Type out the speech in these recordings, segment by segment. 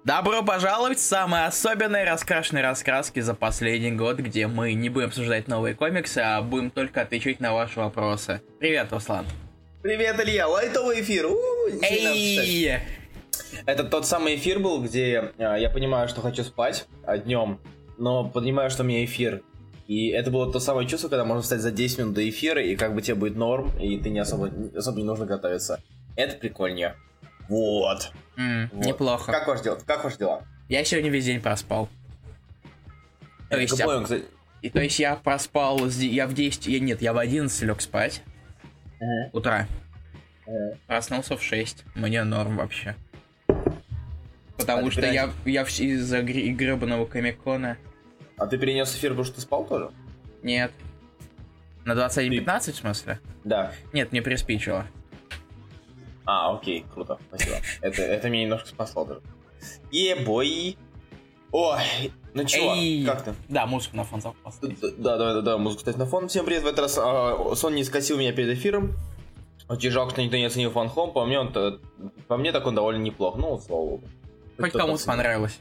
Добро пожаловать в самые особенные раскрашенные раскраски за последний год, где мы не будем обсуждать новые комиксы, а будем только отвечать на ваши вопросы. Привет, Руслан. Привет, Илья, лайтовый эфир. Эй! Это тот самый эфир был, где я понимаю, что хочу спать днем, но понимаю, что у меня эфир. И это было то самое чувство, когда можно встать за 10 минут до эфира, и как бы тебе будет норм, и ты не особо не нужно готовиться. Это прикольнее. Вот. Вот. Неплохо. Как ваши дела? Я сегодня весь день проспал. То есть я проспал, я в 10, я в 11 лег спать. Утра. Проснулся в 6. Мне норм вообще. Потому что я из-за гребаного Комик-Кона. А ты перенес эфир, потому что ты спал тоже? Нет. На 21:15 в смысле? Да. Нет, мне приспичило. Окей, круто, спасибо. Это меня немножко спасло даже. Ебой. Ой, ну чего, как ты? Да, музыку на фон поставить. Да, музыку ставить на фон. Всем привет, в этот раз сон не скосил меня перед эфиром. Очень жалко, что никто не оценил Fun Home. По мне так он довольно неплох, ну, слава богу. Хоть кому-то понравилось.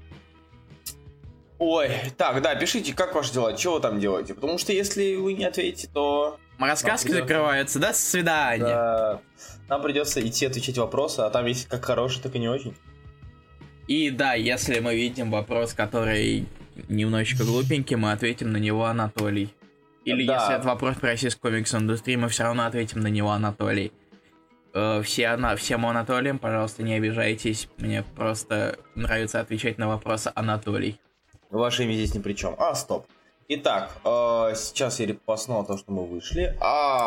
Ой, так, да, пишите, как ваши дела, что вы там делаете? Потому что если вы не ответите, то... Раскраски закрываются, до свидания. Да, нам придется идти отвечать вопросы, а там есть как хороший, так и не очень. И да, если мы видим вопрос, который немножечко глупенький, мы ответим на него Анатолий. Или да. Если это вопрос про российскую комикс-индустрию, мы все равно ответим на него Анатолий. Всем Анатолиям, пожалуйста, не обижайтесь. Мне просто нравится отвечать на вопросы Анатолий. Ваше имя здесь ни при чем. Стоп. Итак, сейчас я репостнул то, что мы вышли.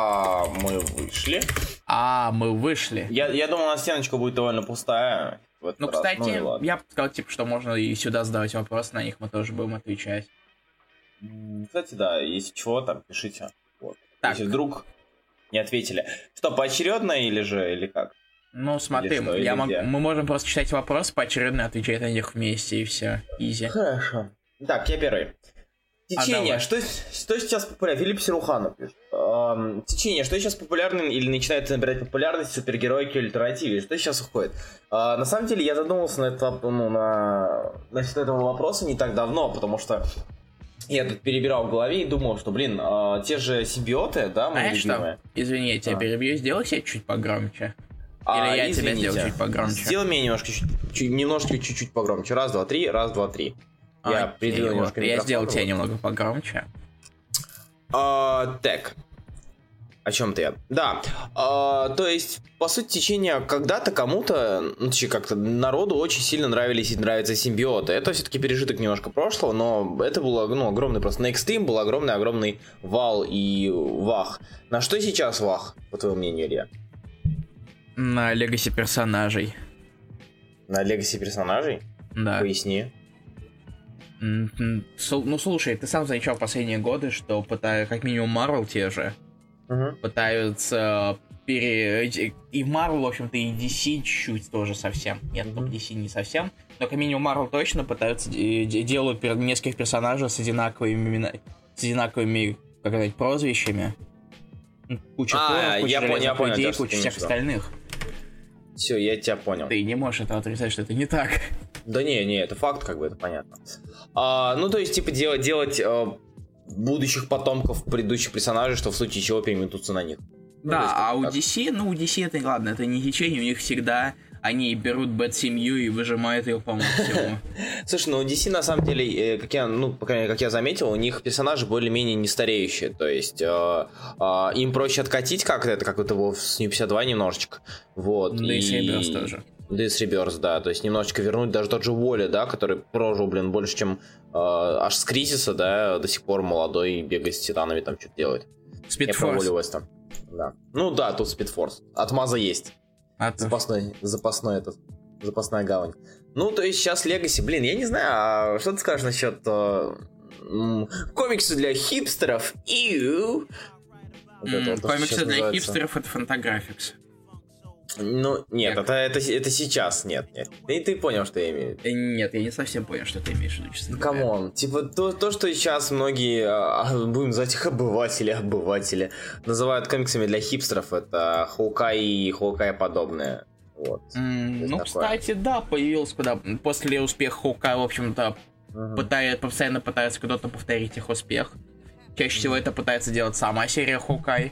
Мы вышли. Я думал, у нас стеночка будет довольно пустая. Ну, кстати, я бы сказал, что можно и сюда задавать вопросы, на них мы тоже будем отвечать. Кстати, да, если чего, там пишите. Вот. Так. Если вдруг не ответили. Что, поочередно или как? Ну, смотри, мы можем просто читать вопросы, поочередно отвечать на них вместе, и все. Изи. Хорошо. Так, я первый. Течение, что сейчас популярно? Филипп Серуханов пишет. Течение, что сейчас популярно или начинает набирать популярность супергероики или альтернативе? Что сейчас уходит? На самом деле, я задумался насчет этого вопроса не так давно, потому что я тут перебирал в голове и думал, что, те же симбиоты, да, мои любимые. Извини, я тебя перебью, сделай себя чуть погромче. Или я тебя сделаю чуть погромче. Сделай меня немножко чуть-чуть погромче. Раз, два, три. Я сделал тебя немного погромче. Так. О чем-то я. Да. То есть, по сути, течение когда-то кому-то, как-то народу очень сильно нравились и нравятся симбиоты. Это все-таки пережиток немножко прошлого, но это было, огромный просто. На Extreme был огромный вал и вах. На что сейчас вах, по твоему мнению, Илья? На легаси персонажей. На легаси персонажей? Да. Поясни. Ну, слушай, ты сам замечал в последние годы, что как минимум Marvel те же пытаются и в Marvel, в общем-то, и DC чуть-чуть тоже совсем. Нет, DC не совсем. Но как минимум Marvel точно пытаются делают нескольких персонажей с одинаковыми, как сказать, прозвищами. Куча железных людей, куча всех остальных. Все, я тебя понял. Ты не можешь это отрицать, что это не так. Да не, это факт, это понятно. То есть, делать будущих потомков предыдущих персонажей, что в случае чего переметутся на них. Да, у DC это ладно, это не течение, у них всегда они берут бэт-семью и выжимают ее по максимуму. Слушай, у DC на самом деле, по крайней мере, как я заметил, у них персонажи более-менее не стареющие, то есть им проще откатить как-то, это как его с New 52 немножечко. Вот. Да и с Rebirth тоже. Да и с Rebirth, да, то есть немножечко вернуть даже тот же Уолли, да, который прожил, больше, чем аж с Кризиса, да, до сих пор молодой, бегает с Титанами, там что-то делает. Спидфорс. Да. Ну да, тут Спидфорс. Отмаза есть. Запасная гавань. То есть сейчас Легаси, я не знаю, что ты скажешь насчет комиксы для хипстеров? Комиксы для хипстеров — это Fantagraphics. Нет, это сейчас, нет. Ты понял, что я имею в виду? Нет, я не совсем понял, что ты имеешь в виду, честно говоря. Камон, то, что сейчас многие, будем называть их обыватели, называют комиксами для хипстеров, это Хоукай и Хоукай подобное. Вот. Ну, кстати, да, появился куда после успеха Хоукая, в общем-то, постоянно пытается кто-то повторить их успех. Чаще всего это пытается делать сама серия Хоукай.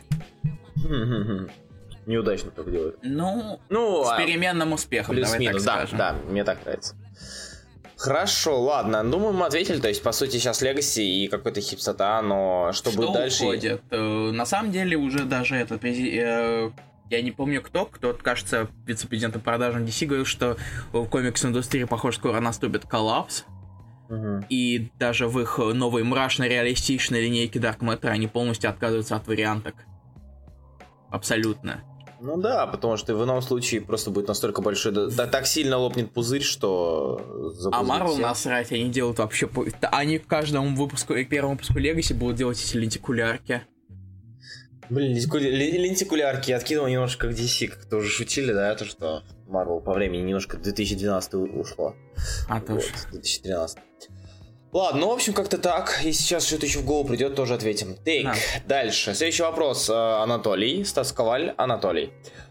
Неудачно так делает. Ну, с переменным успехом, давай так скажем. Да, мне так нравится. Хорошо, ладно, думаю, мы ответили, то есть, по сути, сейчас Legacy и какой-то хипстота, но что будет дальше? Уходит? На самом деле, уже даже этот, я не помню кто, кажется, вице-президент по продажам DC говорил, что в комикс-индустрии, похоже, скоро наступит коллапс, и даже в их новой мрачно-реалистичной линейке Dark Matter они полностью отказываются от варианток. Абсолютно. Ну да, потому что в ином случае просто будет настолько большой, так сильно лопнет пузырь, что... А Marvel насрать, они делают вообще... Они к каждому выпуску, к первому выпуску Legacy будут делать эти лентикулярки. Блин, лентикулярки я откинул немножко как DC, как тоже шутили, да, то, что Marvel по времени немножко 2012 ушло. Тоже. 2013. Ладно, ну, в общем, как-то так. И сейчас что-то еще в голову придет, тоже ответим. Так, дальше. Следующий вопрос. Анатолий. Стас Коваль. Анатолий.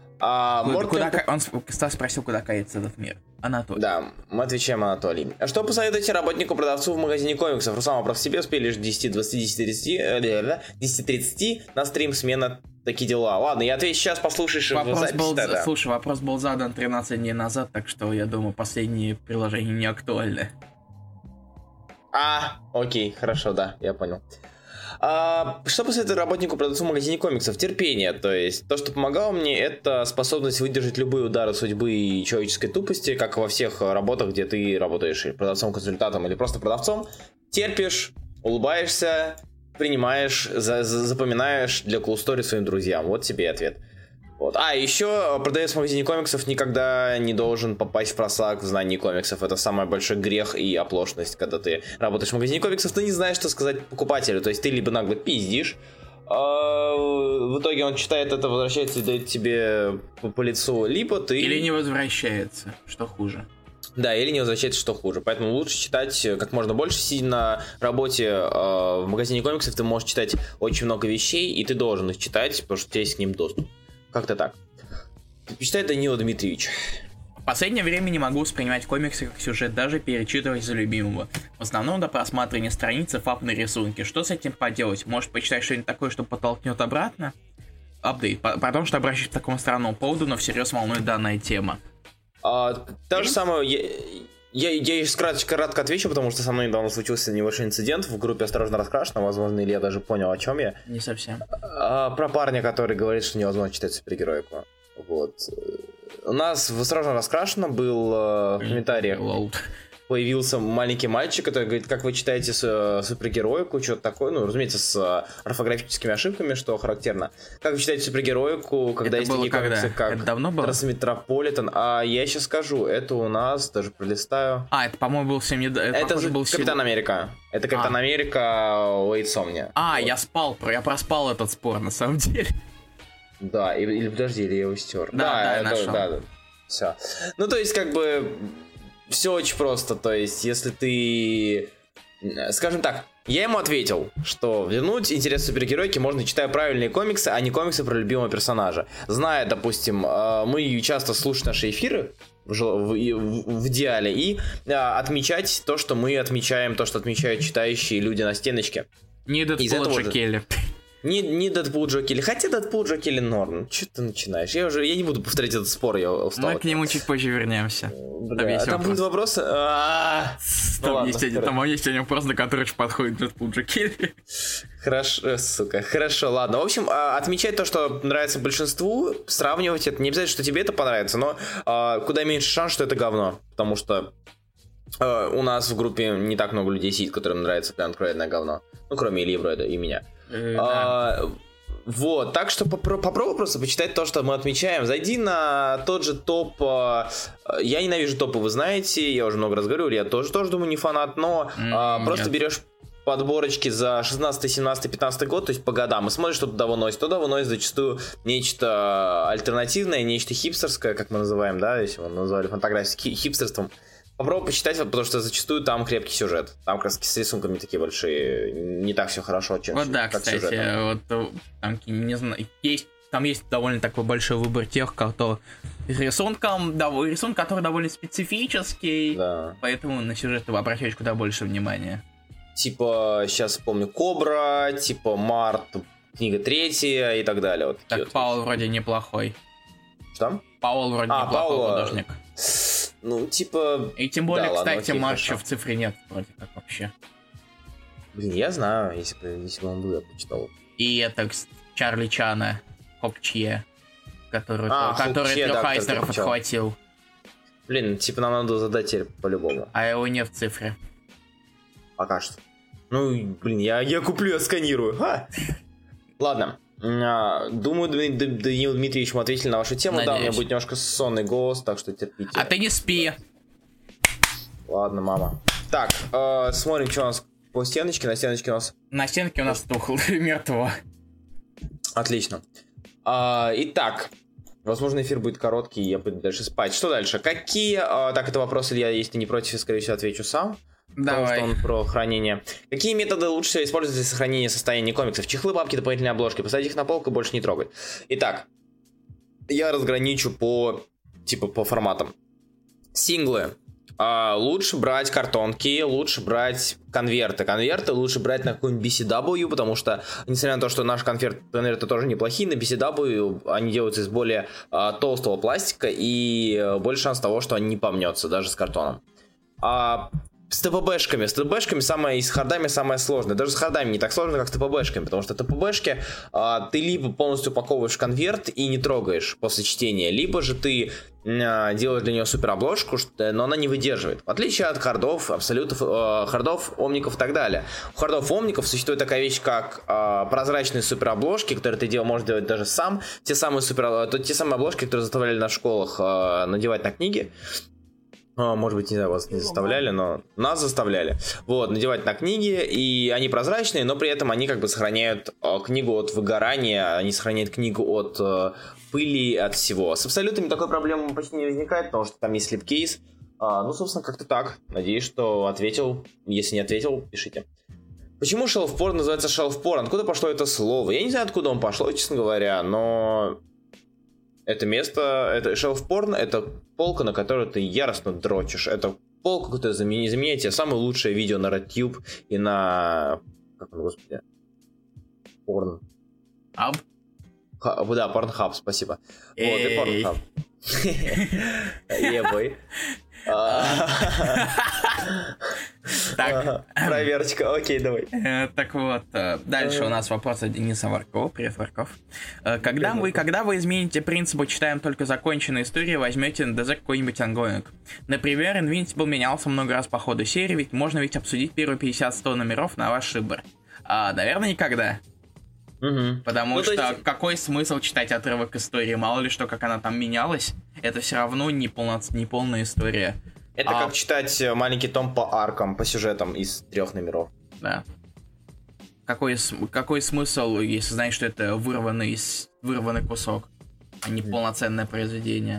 Стас спросил, куда кается этот мир. Анатолий. Да, мы отвечаем Анатолий. Что посоветуете работнику-продавцу в магазине комиксов? Руслан, вопрос себе. Успели лишь 10-30 на стрим, смена, такие дела. Ладно, я отвечу сейчас, послушаешь запись. Слушай, вопрос был задан 13 дней назад, так что, я думаю, последние приложения не актуальны. Окей, хорошо, да, я понял. Что посоветую работнику-продавцу в магазине комиксов? Терпение, то есть то, что помогало мне, это способность выдержать любые удары судьбы и человеческой тупости, как во всех работах, где ты работаешь продавцом-консультантом или просто продавцом. Терпишь, улыбаешься, принимаешь, запоминаешь для cool story своим друзьям. Вот тебе и ответ. Вот. Еще продавец в магазине комиксов никогда не должен попасть в просак в знании комиксов. Это самый большой грех и оплошность, когда ты работаешь в магазине комиксов, ты не знаешь, что сказать покупателю. То есть ты либо нагло пиздишь, в итоге он читает это, возвращается и дает тебе по лицу, либо ты... Или не возвращается, что хуже. Да, или не возвращается, что хуже. Поэтому лучше читать как можно больше. Сидя на работе в магазине комиксов, ты можешь читать очень много вещей, и ты должен их читать, потому что у тебя есть к ним доступ. Как-то так. Почитай Данила Дмитриевич. В последнее время не могу воспринимать комиксы как сюжет, даже перечитывать за любимого. В основном до просматривания страницы, фабные рисунки. Что с этим поделать? Может, почитать что-нибудь такое, что подтолкнет обратно? Апдейт. Потому что обращаюсь к такому странному поводу, но всерьез волнует данная тема. То же самое... Я кратко отвечу, потому что со мной недавно случился небольшой инцидент в группе «Осторожно, раскрашено». Возможно, или я даже понял, о чем я. Не совсем. Про парня, который говорит, что невозможно читать супергероику. Вот. У нас в «Осторожно, раскрашено» был в комментариях... Появился маленький мальчик, который говорит, как вы читаете супергероику, что-то такое, ну, разумеется, с орфографическими ошибками, что характерно. Как вы читаете супергероику, когда есть такие комиксы, как Трансметрополитен? Я сейчас скажу, это у нас, даже пролистаю. Это, по-моему, был всем недавно. Это же Капитан Америка. Это Капитан Америка Уэйд Сомни. Вот. Я проспал этот спор, на самом деле. Да, или подожди, или я его стер. Да, нашел. Да. Все. Ну, то есть, как бы... Все очень просто, то есть, если ты... Скажем так, я ему ответил, что вернуть интерес к супергеройке можно, читая правильные комиксы, а не комиксы про любимого персонажа. Зная, допустим, мы часто слушаем наши эфиры в идеале и отмечать то, что мы отмечаем, то, что отмечают читающие люди на стеночке. Не Дэдпул Джо Келли. Не Дэдпул Джо Келли. Хотя Дэдпул Джо Келли норм. Что ты начинаешь? Я не буду повторять этот спор, я устал. Мы к нему чуть позже вернемся. Там будет вопрос. Там есть один вопрос, на который подходит Дэдпул Джо Келли. Хорошо, сука. Хорошо, ладно. В общем, отмечать то, что нравится большинству, сравнивать это. Не обязательно, что тебе это понравится, но куда меньше шанс, что это говно. Потому что у нас в группе не так много людей сидит, которым нравится прям откровенное говно. Ну, кроме Ильи Бройда и меня. Вот, так что попробуй просто почитать то, что мы отмечаем. Зайди на тот же топ. Я ненавижу топы, вы знаете, я уже много раз говорил, я тоже думаю, не фанат, но просто берешь подборочки за 16, 17, 15 год, то есть по годам, и смотришь, что туда выносит. Туда выносит зачастую нечто альтернативное, нечто хипстерское, как мы называем, да, если мы назвали фантаграфией хипстерством. Попробуй почитать, потому что зачастую там крепкий сюжет. Там краски с рисунками такие большие. Не так все хорошо, чем вот да, как кстати, сюжетом. вот там, не знаю, есть там есть довольно такой большой выбор тех, кто рисунок, который довольно специфический, да. Поэтому на сюжет ты обращаешь куда больше внимания. Типа, сейчас помню, Кобра, типа Март, книга 3 и так далее. Вот так, Паул вроде неплохой. Что? Паул вроде неплохой художник. Ну, типа... И тем более, да, кстати, Марча в цифре нет вроде как вообще. Блин, я знаю, если бы он был, я почитал. И это Чарли Чана, Хокчье, который трех Айснеров отхватил. Блин, типа нам надо задать теперь по-любому. А его не в цифре. Пока что. Ну, блин, я куплю, я сканирую. Ладно. Думаю, Даниил Дмитриевич, мы ответили на вашу тему. Надеюсь. Да, у меня будет немножко сонный голос, так что терпите. А ты не спи. Ладно, мама. Так, смотрим, что у нас по стеночке. На стеночке у нас... На стенке у нас тухло мертвого. Отлично. Итак, возможно, эфир будет короткий, и я буду дальше спать. Что дальше? Какие... Так, это вопрос, Илья, если ты не против, я, скорее всего, отвечу сам. Давай. Потому что он про хранение. Какие методы лучше всего использовать для сохранения состояния комиксов? Чехлы, папки, дополнительные обложки. Посадить их на полку и больше не трогать. Итак, я разграничу по форматам. Синглы. Лучше брать картонки, лучше брать конверты. Конверты лучше брать на какой-нибудь BCW, потому что, несмотря на то, что наши конверты тоже неплохие, на BCW они делаются из более толстого пластика и больше шанс того, что они не помнется, даже с картоном. С ТПБшками. С ТПБшками с хардами самое сложное. Даже с хардами не так сложно, как с ТПБшками. Потому что ТПБшки ты либо полностью упаковываешь конверт и не трогаешь после чтения, либо же ты делаешь для нее супер обложку, но она не выдерживает. В отличие от хардов, абсолютов, хардов, омников и так далее. У хардов и омников существует такая вещь, как прозрачные супер обложки, которые ты можешь делать даже сам. Те самые обложки, которые заставляли на школах надевать на книги. Может быть, не знаю, вас не заставляли, но нас заставляли. Вот, надевать на книги, и они прозрачные, но при этом они как бы сохраняют книгу от выгорания, они сохраняют книгу от пыли, от всего. С абсолютами такой проблемы почти не возникает, потому что там есть слипкейс. Ну, собственно, как-то так. Надеюсь, что ответил. Если не ответил, пишите. Почему шелф-порн называется шелф-порн? Откуда пошло это слово? Я не знаю, откуда он пошло, честно говоря, но... Это место, это шелф-порн, это полка, на которую ты яростно дрочишь. Это полка, которая заменяет тебе самое лучшее видео на RedTube и на... Как он, господи? Порн. Хаб? Да, Порнхаб, спасибо. Вот, и Порнхаб. Ебой. Так. Проверочка, окей, давай. Так вот, дальше у нас вопрос от Дениса Варкова. Привет, Варков. Когда вы измените принципы «читаем только законченные истории», возьмете на ДЗ какой-нибудь ангоинг? Например, Invincible менялся много раз по ходу серии, ведь можно обсудить первые 50-100 номеров на ваш выбор. Наверное, никогда. Потому что какой смысл читать отрывок истории? Мало ли что, как она там менялась. Это все равно не полная история. Это как читать маленький том по аркам, по сюжетам из 3 номеров. Да. Какой смысл, если знаешь, что это вырванный кусок, а не полноценное произведение?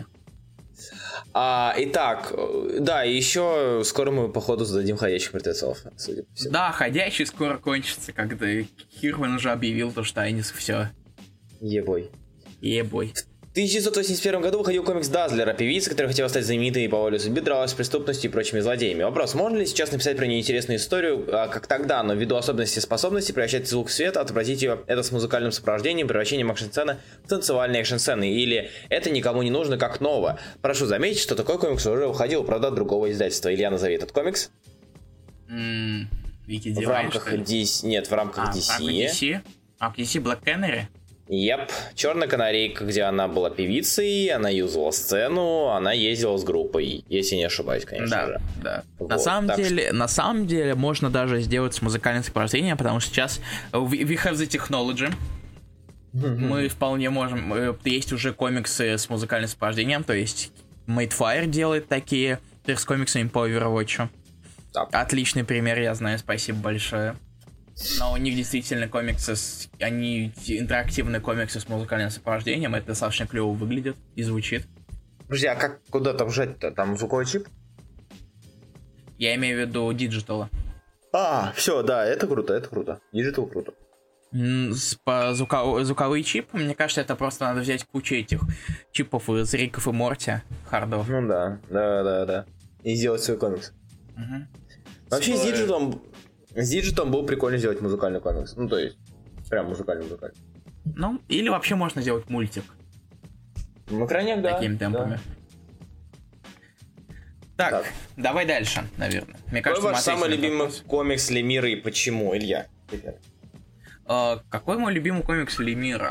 Итак, да, и еще скоро мы, походу, зададим ходячих мертвецов, судя по всему. Да, ходячий скоро кончится, когда Кирвин уже объявил то, что они все. Ебой. В 1981 году выходил комикс Дазлера, певица, которая хотела стать знаменитой и по воле судьбы дралась с преступностью и прочими злодеями. Вопрос, можно ли сейчас написать про нее интересную историю, как тогда, но ввиду особенностей способности превращать звук в свет, отобразить ее это с музыкальным сопровождением, превращением экшн-сцены в танцевальные экшн-сцены, или это никому не нужно как ново? Прошу заметить, что такой комикс уже выходил, правда, от другого издательства. Илья, назови этот комикс. В рамках DC. Нет, в рамках DC. В DC Black Canary? Yep. Черная канарейка, где она была певицей, она юзала сцену, она ездила с группой, если не ошибаюсь, конечно же. Да. Вот. На самом деле можно даже сделать с музыкальным сопровождением, потому что сейчас we have the technology. Мы вполне можем. Есть уже комиксы с музыкальным сопровождением, то есть Madefire делает такие с комиксами по Overwatch. Отличный пример, я знаю, спасибо большое. Но у них действительно комиксы, они интерактивные комиксы с музыкальным сопровождением, это достаточно клево выглядит и звучит. Подожди, а как, куда там жать-то? Там звуковой чип? Я имею в виду диджитала. Все, да, это круто. Диджитал круто. По звуковые чипы, мне кажется, это просто надо взять кучу этих чипов из Риков и Морти, хардов. Ну да. И сделать свой комикс. Вообще с Диджитом было прикольно сделать музыкальный комикс. Ну, то есть, прям музыкальный. Ну, или вообще можно сделать мультик. На крайняк, да. Такими темпами. Да. Так, давай дальше, наверное. Мне кажется, какой ваш самый любимый комикс Лемира и почему, Илья? Какой мой любимый комикс Лемира?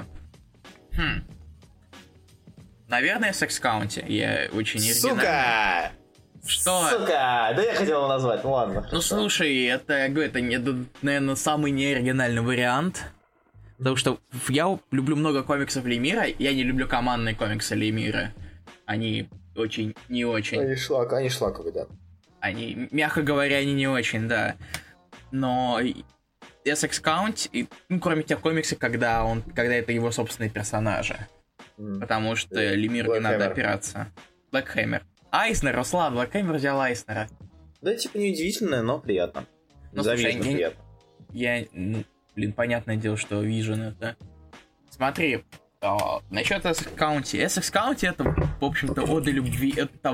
Наверное, Sex County. Я очень оригинальный. Сука! Что? Сука! Да я хотел его назвать, ну ладно. Ну слушай, это, наверное, самый неоригинальный вариант. Потому что я люблю много комиксов Лемира, я не люблю командные комиксы Лемира. Они очень не очень. Они шлаковые, да. Они, мягко говоря, они не очень, да. Но Essex County, кроме тех комиксов, когда это его собственные персонажи. Потому что Лемиру не надо опираться. Блэк Хэммер. Айснер, Руслан, Блэк Хэммер взял Айснера. Да, типа неудивительно, но приятно. Ну, слушай, приятно. Понятное дело, что Vision это... Смотри, насчет Essex County. Essex County это, в общем-то, ода любви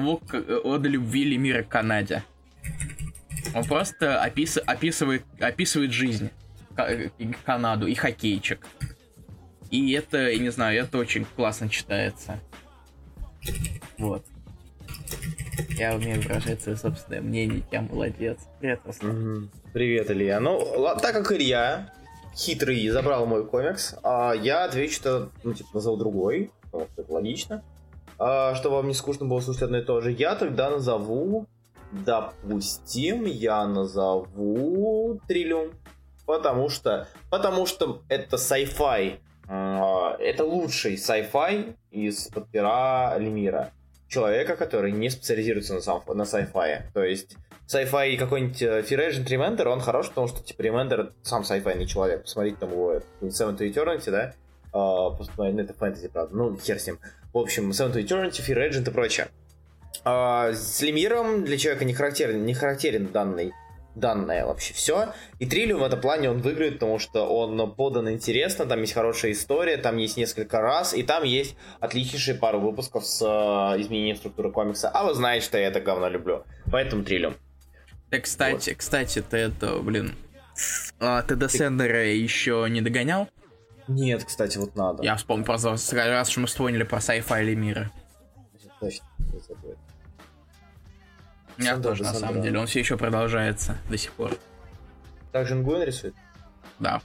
Лемира к Канаде. Он просто описывает жизнь, Канаду и хоккейчик. И это, я не знаю, это очень классно читается. Вот. Я умею выражать свое собственное мнение, я молодец. Привет, Руслан. Привет, Илья. Ну, так как Илья хитрый забрал мой комикс, я отвечу, что, назову другой, потому что это логично. Чтобы вам не скучно было слушать одно и то же. Я тогда назову, допустим, Триллиум. Потому что это sci-fi. Это лучший sci-fi из-под пера Лемира. Человека, который не специализируется на sci-fi. То есть sci-fi какой-нибудь Fear Agent Remender, он хорош, потому что типа Remender сам sci-fi не Посмотрите там его Seven to Eternity, да? Это фэнтези, правда. Ну, хер с ним. В общем, Seven to Eternity, Fear Agent и прочее. С Лемиром для человека не характерен данное вообще все. И Триллиум в этом плане он выиграет, потому что он подан интересно, там есть хорошая история, там есть несколько раз, и там есть отличнейшие пару выпусков с изменением структуры комикса. А вы знаете, что я это говно люблю. Поэтому Триллиум. Да, кстати, ты это, ты до Сендера еще не догонял? Нет, кстати, вот надо. Я вспомнил просто, раз что мы вспомнили про sci-fi Лемира. Точно. У меня тоже, на самом деле, он все еще продолжается до сих пор. Так же Нгуэн рисует? Да.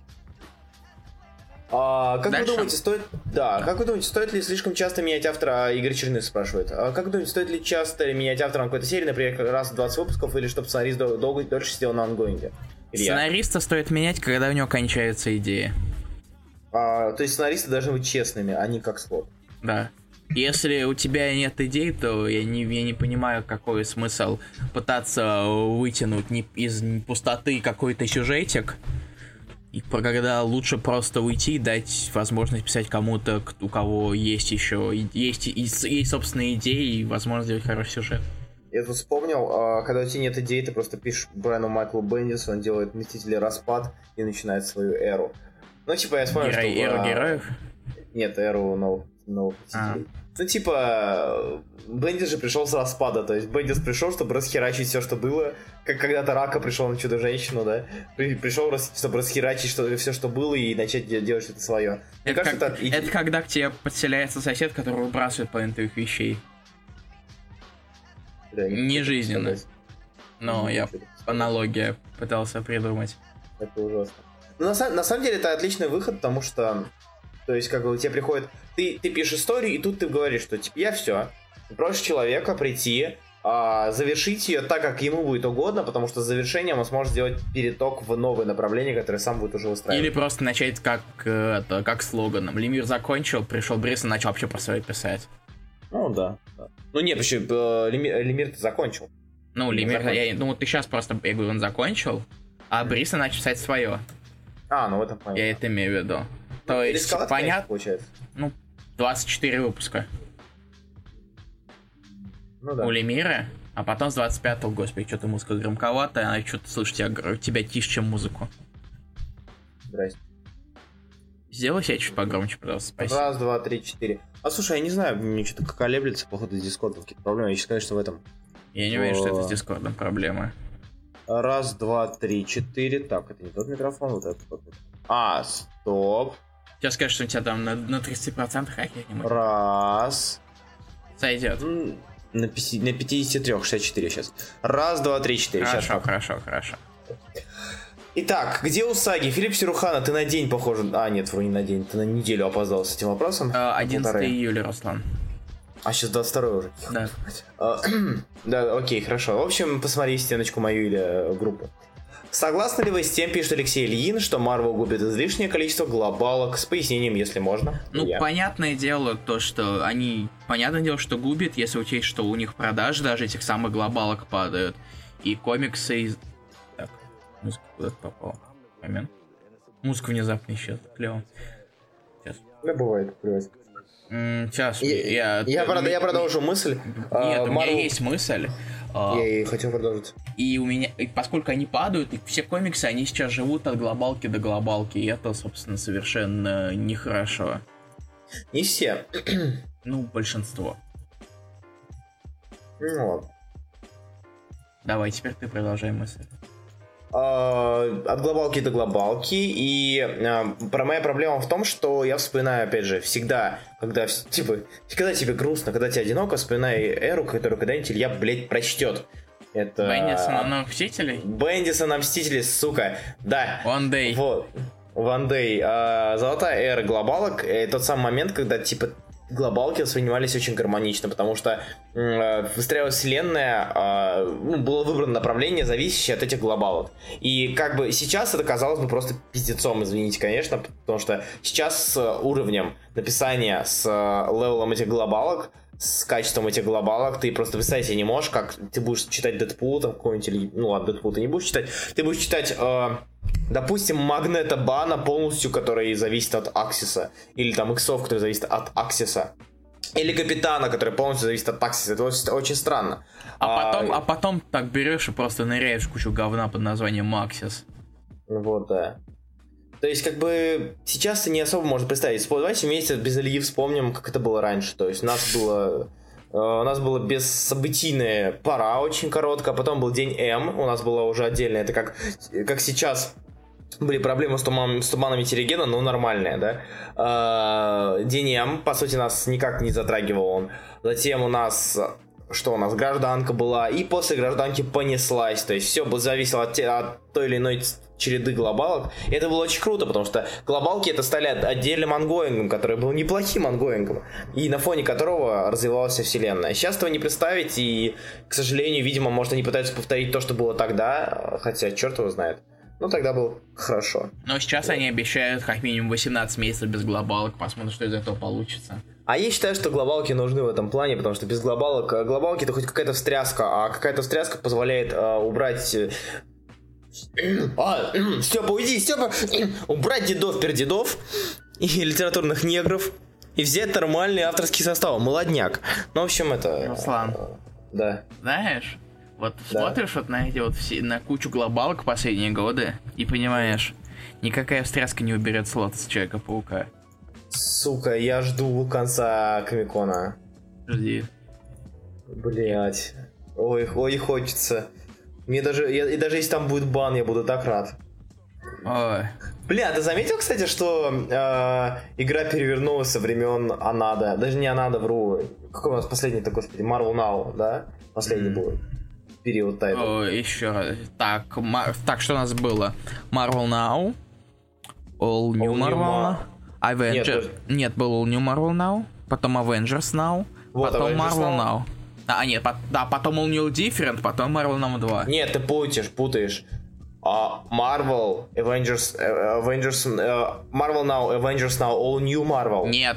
Как вы думаете, стоит ли слишком часто менять автора? Игорь Черных спрашивает. Как вы думаете, стоит ли часто менять автора на какой-то серии, например, раз в 20 выпусков, или чтобы сценарист дольше сидел на ангоинге? Сценариста стоит менять, когда у него кончаются идеи. То есть сценаристы должны быть честными, а не как слот. Да. Если у тебя нет идей, то я не понимаю, какой смысл пытаться вытянуть из пустоты какой-то сюжетик, и когда лучше просто уйти и дать возможность писать кому-то, у кого есть собственные идеи и возможность сделать хороший сюжет. Я тут вспомнил, когда у тебя нет идей, ты просто пишешь Брайану Майклу Бендису, он делает Мстители Распад и начинает свою эру. Ну, типа, я вспомнил, что... Эру героев? Нет, эру новых Мстителей. Ну, типа, Бендис же пришел с распада, то есть Бендис пришел, чтобы расхерачить все, что было, как когда-то Рака пришел на Чудо-женщину, да? Пришел, чтобы расхерачить все, что было, и начать делать что-то свое. Это когда к тебе подселяется сосед, который выбрасывает половину твоих вещей. Да, не жизненно. Но я аналогия пытался придумать. Это ужасно. Но на самом деле это отличный выход, потому что, то есть, как бы у тебя приходит, ты пишешь историю, и тут ты говоришь, что типа я все. Ты просишь человека прийти, завершить ее так, как ему будет угодно, потому что с завершением он сможет сделать переток в новое направление, которое сам будет уже выстраивать. Или просто начать как слоганом. Лемир закончил, пришел Брис и начал вообще про свое писать. Ну да. Ну нет, вообще Лемир-то закончил. Ну, Лемир, ты сейчас просто, я говорю, он закончил, а Брис начал писать свое. Ну в этом понятно. Я это имею в виду. То есть, понятно, получается. 24 выпуска. Ну да. У Лемира, а потом с 25-го, господи, что-то музыка громковатая, а что-то слышать, я говорю, тебя тише, чем музыку. Здрасте. Сделай себя чуть погромче, пожалуйста, спасибо. 1, 2, 3, 4. А слушай, я не знаю, мне что-то колеблется, походу, с Дискордом какие-то проблемы. Я сейчас, конечно, в этом. Я не уверен, что это с Дискордом проблемы. 1, 2, 3, 4. Так, это не тот микрофон, вот этот вот. А, стоп. Сейчас скажешь, что у тебя там на 30% хакер не может. Раз. Сойдет. На 53, 64 сейчас. 1, 2, 3, 4. Хорошо. Итак, где Усаги? Филипп Сирухана, ты на день похож. А, нет, вроде не на день, ты на неделю опоздал с этим вопросом. 11 июля, Руслан. А сейчас 22 уже. Да. Да, окей, хорошо. В общем, посмотри стеночку мою или группу. Согласны ли вы с тем, пишет Алексей Ильин, что Marvel губит излишнее количество глобалок, с пояснением, если можно? Понятное дело, то, что они... Понятное дело, что губит, если учесть, что у них продажи даже этих самых глобалок падают. И комиксы из... Так, музыка куда-то попала. Момент. Музыка внезапно исчезла. Клево. Сейчас. Да, бывает, плевать. Сейчас. Я продолжу мысль. Нет, у меня есть мысль. Я и хотел продолжить. И у меня, поскольку они падают, и все комиксы, они сейчас живут от глобалки до глобалки, и это, собственно, совершенно нехорошо. Не все. Большинство. Вот. Давай, теперь ты продолжай мысль. От глобалки до глобалки. И моя проблема в том, что я вспоминаю, опять же, всегда, когда тебе грустно, когда тебе одиноко, вспоминаю эру, которую когда-нибудь Илья, блядь, прочтет. Это... Бендиса на Мстителей? Бендиса на Мстителей, сука. Да. One Day. Вот. One Day. Золотая эра глобалок. Тот самый момент, когда, глобалки воспринимались очень гармонично, потому что выстраивалась вселенная, было выбрано направление, зависящее от этих глобалок. И сейчас это казалось бы просто пиздецом, извините, конечно, потому что сейчас с уровнем написания, с левелом этих глобалок, с качеством этих глобалок, ты просто представить себе не можешь, как ты будешь читать Дэдпул, там какой-нибудь, ладно, Дэдпул ты не будешь читать, ты будешь читать... допустим, Магнета Бана полностью, который зависит от Аксиса. Или там Иксов, который зависит от Аксиса. Или Капитана, который полностью зависит от Аксиса. Это очень странно. А потом так берешь и просто ныряешь в кучу говна под названием Аксис. Вот, да. То есть, сейчас ты не особо можешь представить. Давайте вместе без Ильи вспомним, как это было раньше. То есть, у нас было бессобытийная пора очень короткая, потом был день М, у нас было уже отдельно, это как сейчас были проблемы с туманами Терригена, но нормальные, да. День М, по сути, нас никак не затрагивал он. Затем у нас гражданка была, и после гражданки понеслась, то есть все зависело от той или иной череды глобалок. И это было очень круто, потому что глобалки это стали отдельным ангоингом, который был неплохим ангоингом, и на фоне которого развивалась вся вселенная. Сейчас этого не представить, и, к сожалению, видимо, может, они пытаются повторить то, что было тогда, хотя черт его знает. Тогда было хорошо. Но сейчас они обещают как минимум 18 месяцев без глобалок, посмотрим, что из этого получится. А я считаю, что глобалки нужны в этом плане, потому что без глобалки это хоть какая-то встряска, а какая-то встряска позволяет убрать... Степа, уйди, Степа! Убрать дедов и литературных негров и взять нормальный авторский состав. Молодняк. В общем, это... Руслан. Да. Знаешь, смотришь на кучу глобалок последние годы и понимаешь, никакая встряска не уберет слот с Человека-паука. Сука, я жду конца Комикона. Жди. Блять. Ой, хочется. Мне даже если там будет бан, я буду так рад. Ой. Бля, ты заметил, кстати, что игра перевернулась со времен Анада? Даже не Анада, вру. Какой у нас последний такой, господи, Marvel Now, да? Последний был период тайтла. Еще раз. Так, что у нас было? Marvel Now, All New Marvel Now, Avengers. Нет, был All New Marvel Now, потом Avengers Now, потом Avengers Marvel Now. Потом All New Different, потом Marvel Now 2. Нет, ты путаешь. Marvel, Avengers, Marvel Now, Avengers Now, All New Marvel. Нет.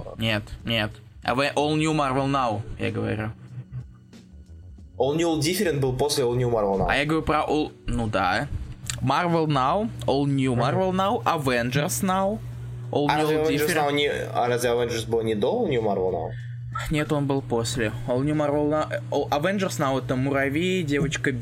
All New Marvel Now, я говорю. All New Different был после All New Marvel Now. А я говорю про All... Ну да. Marvel Now, All New Marvel Now, Avengers Now, All New Different. Разве Avengers был не до All New Marvel Now? Нет, он был после. All New Marvel Now... Avengers Now это Муравей,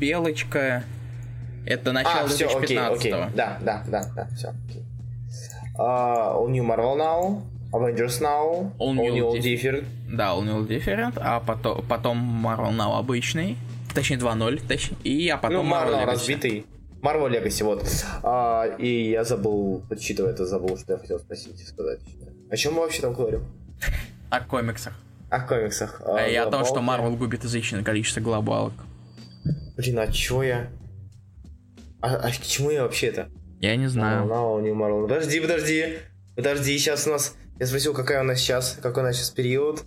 Девочка-Белочка. Это начало 2015-го. Окей. Да, все. All New Marvel Now, Avengers Now, All New Different. Да, All New Different, а потом Marvel Now обычный, точнее 2.0, а потом Marvel Now разбитый. Marvel Legacy, вот. И я забыл, подсчитывая это, что я хотел спросить и сказать. О чем мы вообще там говорим? О комиксах. О комиксах. И о том, что Marvel губит излишнее количество глобалок. Блин, а чего я? А к чему я вообще-то? Я не знаю. Marvel. Подожди, сейчас у нас... Я спросил, какой у нас сейчас период.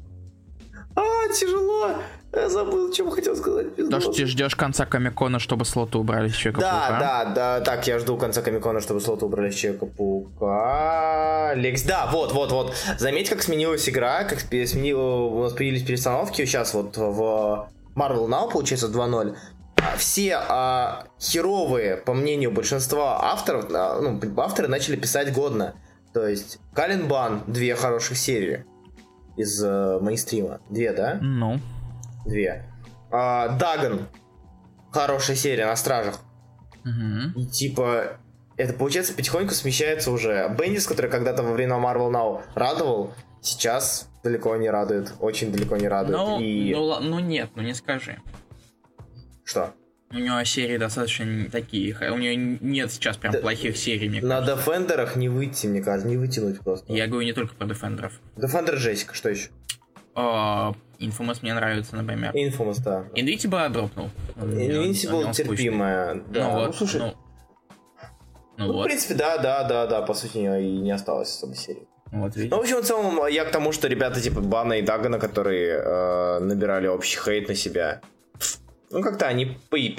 Тяжело. Я забыл, что хотел сказать. То, что ты ждешь конца Комик-Кона, чтобы слоты убрали с Человека-паука. Да. Так, я жду конца Комик-Кона, чтобы слоты убрали с Человека-паука. Да, вот. Заметь, как сменилась игра, у нас появились перестановки. Сейчас вот в Marvel Now, получается, 2.0. Все херовые, по мнению большинства авторов, авторы начали писать годно. То есть, Кален Бан, 2 хороших серии из мейнстрима. 2, да? Ну. 2. Даган. Хорошая серия на Стражах. Угу. И типа, это получается потихоньку смещается уже. Бендис, который когда-то во время Marvel Now радовал, сейчас далеко не радует. Очень далеко не радует. Нет, не скажи. Что? У него серии достаточно такие. У него нет сейчас прям плохих серий, мне кажется. На Дефендерах не выйти, мне кажется, не вытянуть просто. Я говорю не только про Дефендеров. Дефендер Джессика, что еще? Infamous мне нравится, например. Infamous, да. Invincible дропнул. Invincible терпимая. Да. Слушай. В принципе, да. По сути, и не осталось особо серии. Вот, в общем, в целом, я к тому, что ребята типа Бана и Дагана, которые набирали общий хейт на себя, как-то они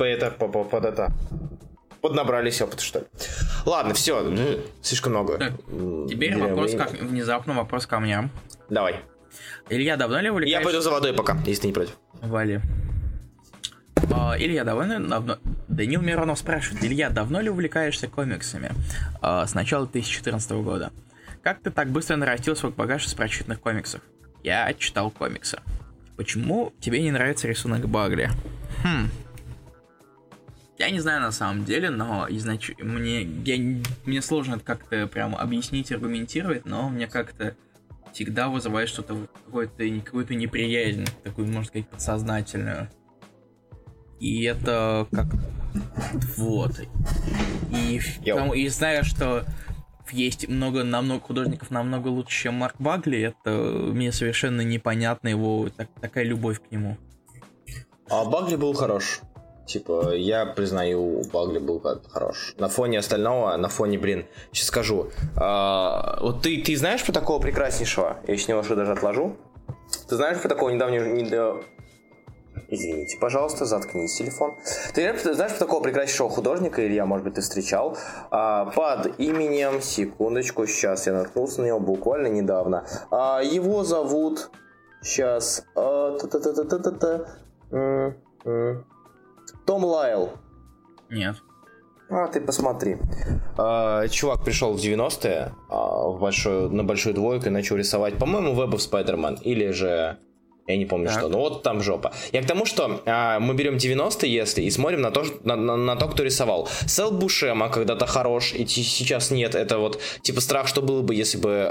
поднабрались опыта, что ли. Ладно, все, слишком много. Так, теперь внезапно вопрос ко мне. Давай. Илья, давно ли увлекаешься... Я пойду за водой пока, если ты не против. Вали. Илья, давно... Данил Миронов спрашивает. Илья, давно ли увлекаешься комиксами? С начала 2014 года. Как ты так быстро нарастил свой багаж из прочитанных комиксов? Я читал комиксы. Почему тебе не нравится рисунок Багли? Я не знаю на самом деле, но мне сложно это как-то прям объяснить, аргументировать, но мне как-то всегда вызывает что-то, какую-то неприязнь, такую, можно сказать, подсознательную. И это как... Вот. И зная, что есть много художников намного лучше, чем Марк Багли, это мне совершенно непонятна его такая любовь к нему. Багли был хорош. Типа, я признаю, Багли был хорош. На фоне остального, сейчас скажу. Вот ты знаешь про такого прекраснейшего? Я еще немножко даже отложу. Ты знаешь про такого недавнего... Извините, пожалуйста, заткнись, телефон. Ты знаешь про такого прекраснейшего художника, Илья, может быть, ты встречал, под именем, секундочку, сейчас я наткнулся на него буквально недавно. Его зовут... Сейчас... Том Лайл. Нет. Ты посмотри. Чувак пришел в 90-е на большую двойку и начал рисовать, по-моему, Web of Spider-Man. Или же... Я не помню, что. Ну вот там жопа. Я к тому, что мы берем 90-е, и смотрим на то, кто рисовал. Сэл Бушема когда-то хорош, и сейчас нет. Это вот типа страх, что было бы, если бы...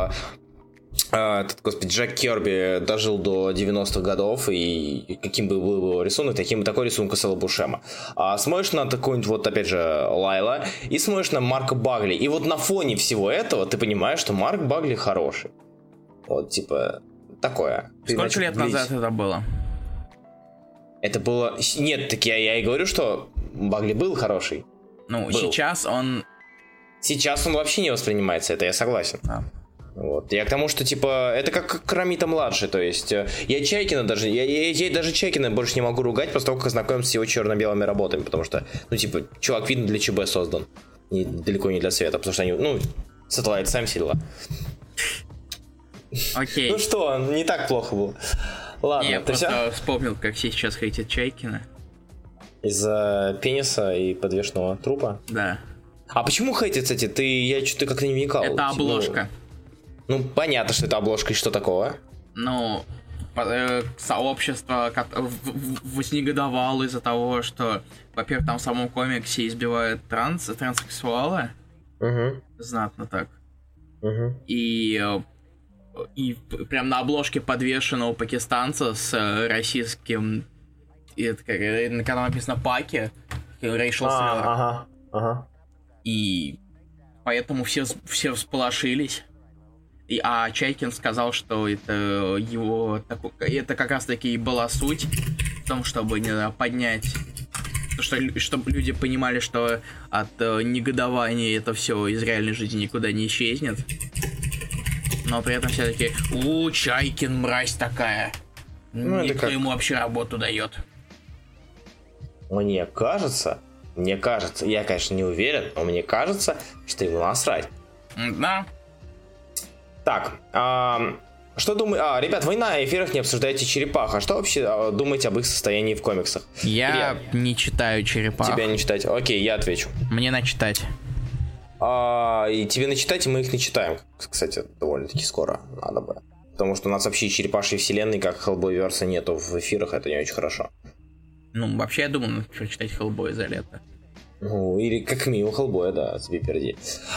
Джек Керби дожил до 90-х годов, и каким бы был его рисунок, такой рисунок у Сэла Бушема. Смотришь на такую-нибудь, вот опять же, Лайла, и смотришь на Марка Багли, и вот на фоне всего этого ты понимаешь, что Марк Багли хороший. Вот, типа, такое. Сколько лет назад это было? Это было... Нет, так я и говорю, что Багли был хороший. Ну, сейчас он... Сейчас он вообще не воспринимается, это я согласен. Вот. Я к тому, что, типа, это как Карамита-младший, то есть, я Чайкина даже, я даже Чайкина больше не могу ругать после того, как ознакомился с его черно-белыми работами, потому что, чувак, видно, для ЧБ создан, далеко не для света, потому что они, Satellite сам сидела. Окей. Ну что, не так плохо было. Ладно, я просто вспомнил, как все сейчас хейтят Чайкина. Из-за пениса и подвешенного трупа? Да. А почему хейтят, кстати? Я что-то как-то не вникал. Это обложка. Понятно, что это обложка, и что такого? Сообщество вознегодовало из-за того, что, во-первых, там в самом комиксе избивают транссексуала. Знатно так. И прям на обложке подвешенного пакистанца с российским, на котором написано Паки, Racial Slur. И поэтому все всполошились. А Чайкин сказал, что это это как раз таки и была суть в том, чтобы поднять, чтобы люди понимали, что от негодования это все из реальной жизни никуда не исчезнет. Но при этом все таки Чайкин мразь такая. Никто ему вообще работу дает. Мне кажется, я, конечно, не уверен, но мне кажется, что ему насрать. Да. Так, что думаете? Ребят, вы на эфирах не обсуждаете черепах. А что вообще думаете об их состоянии в комиксах? Я не читаю черепах. Тебя не читать? Окей, я отвечу. Мне начитать. И тебе начитать, и мы их начитаем. Кстати, довольно-таки скоро надо бы. Потому что у нас вообще черепашьей вселенной, как Hellboy-верса, нету в эфирах, это не очень хорошо. Вообще, я думаю, надо прочитать Hellboy за лето. Или как минимум Hellboy, да, тебе перди.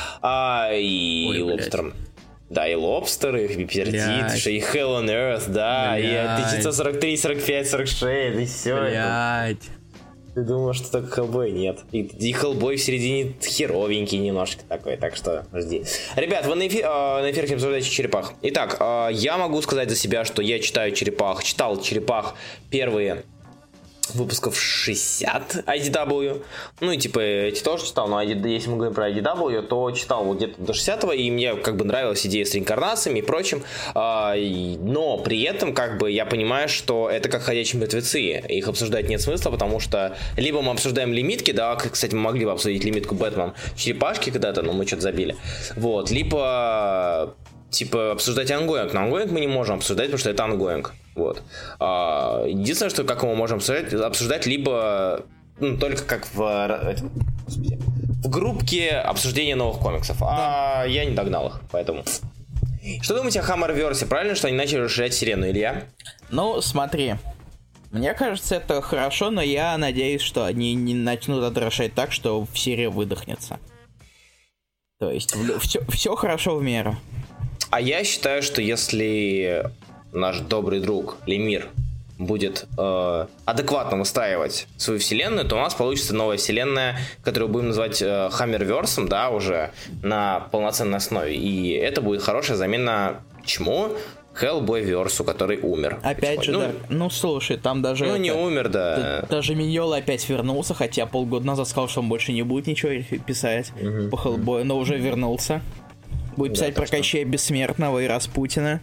И Лобстером. Да, и Лобстеры, и Пердит, и Hell on Earth, да, и 1943, 45, 46, и все. Блять. Ты думал, что только Hellboy? Нет. И Hellboy в середине херовенький немножко такой, так что жди. Ребят, вы на эфире обсуждаете черепах. Итак, я могу сказать за себя, что я читал черепах первые выпусков 60 IDW. Ну и типа эти тоже читал, но если мы говорим про IDW, то читал вот где-то до 60-го, и мне как бы нравилась идея с реинкарнациями и прочим. Но при этом как бы я понимаю, что это как ходячие мертвецы. Их обсуждать нет смысла, потому что либо мы обсуждаем лимитки, да, кстати, мы могли бы обсудить лимитку Бэтмен Черепашки когда-то, но мы что-то забили. Вот, либо типа обсуждать ангоинг. Но ангоинг мы не можем обсуждать, потому что это ангоинг. Вот. Единственное, что как мы можем обсуждать либо только как в группке обсуждения новых комиксов. А я не догнал их, поэтому. Что думаете о Хаммерверсе? Правильно, что они начали расширять вселенную, Илья? Ну, смотри. Мне кажется, это хорошо, но я надеюсь, что они не начнут это расширять так, что серия выдохнется. То есть все хорошо в меру. А я считаю, что если наш добрый друг Лемир будет адекватно выстраивать свою вселенную, то у нас получится новая вселенная, которую будем называть Хаммерверсом, да, уже на полноценной основе. И это будет хорошая замена чему? Хеллбой-версу, который умер. Опять же, да. Ну, слушай, там даже... Ну, не умер, да. Даже Миньола опять вернулся, хотя полгода назад сказал, что он больше не будет ничего писать по Хеллбою, но уже вернулся. Будет писать про Кощея Бессмертного и Распутина.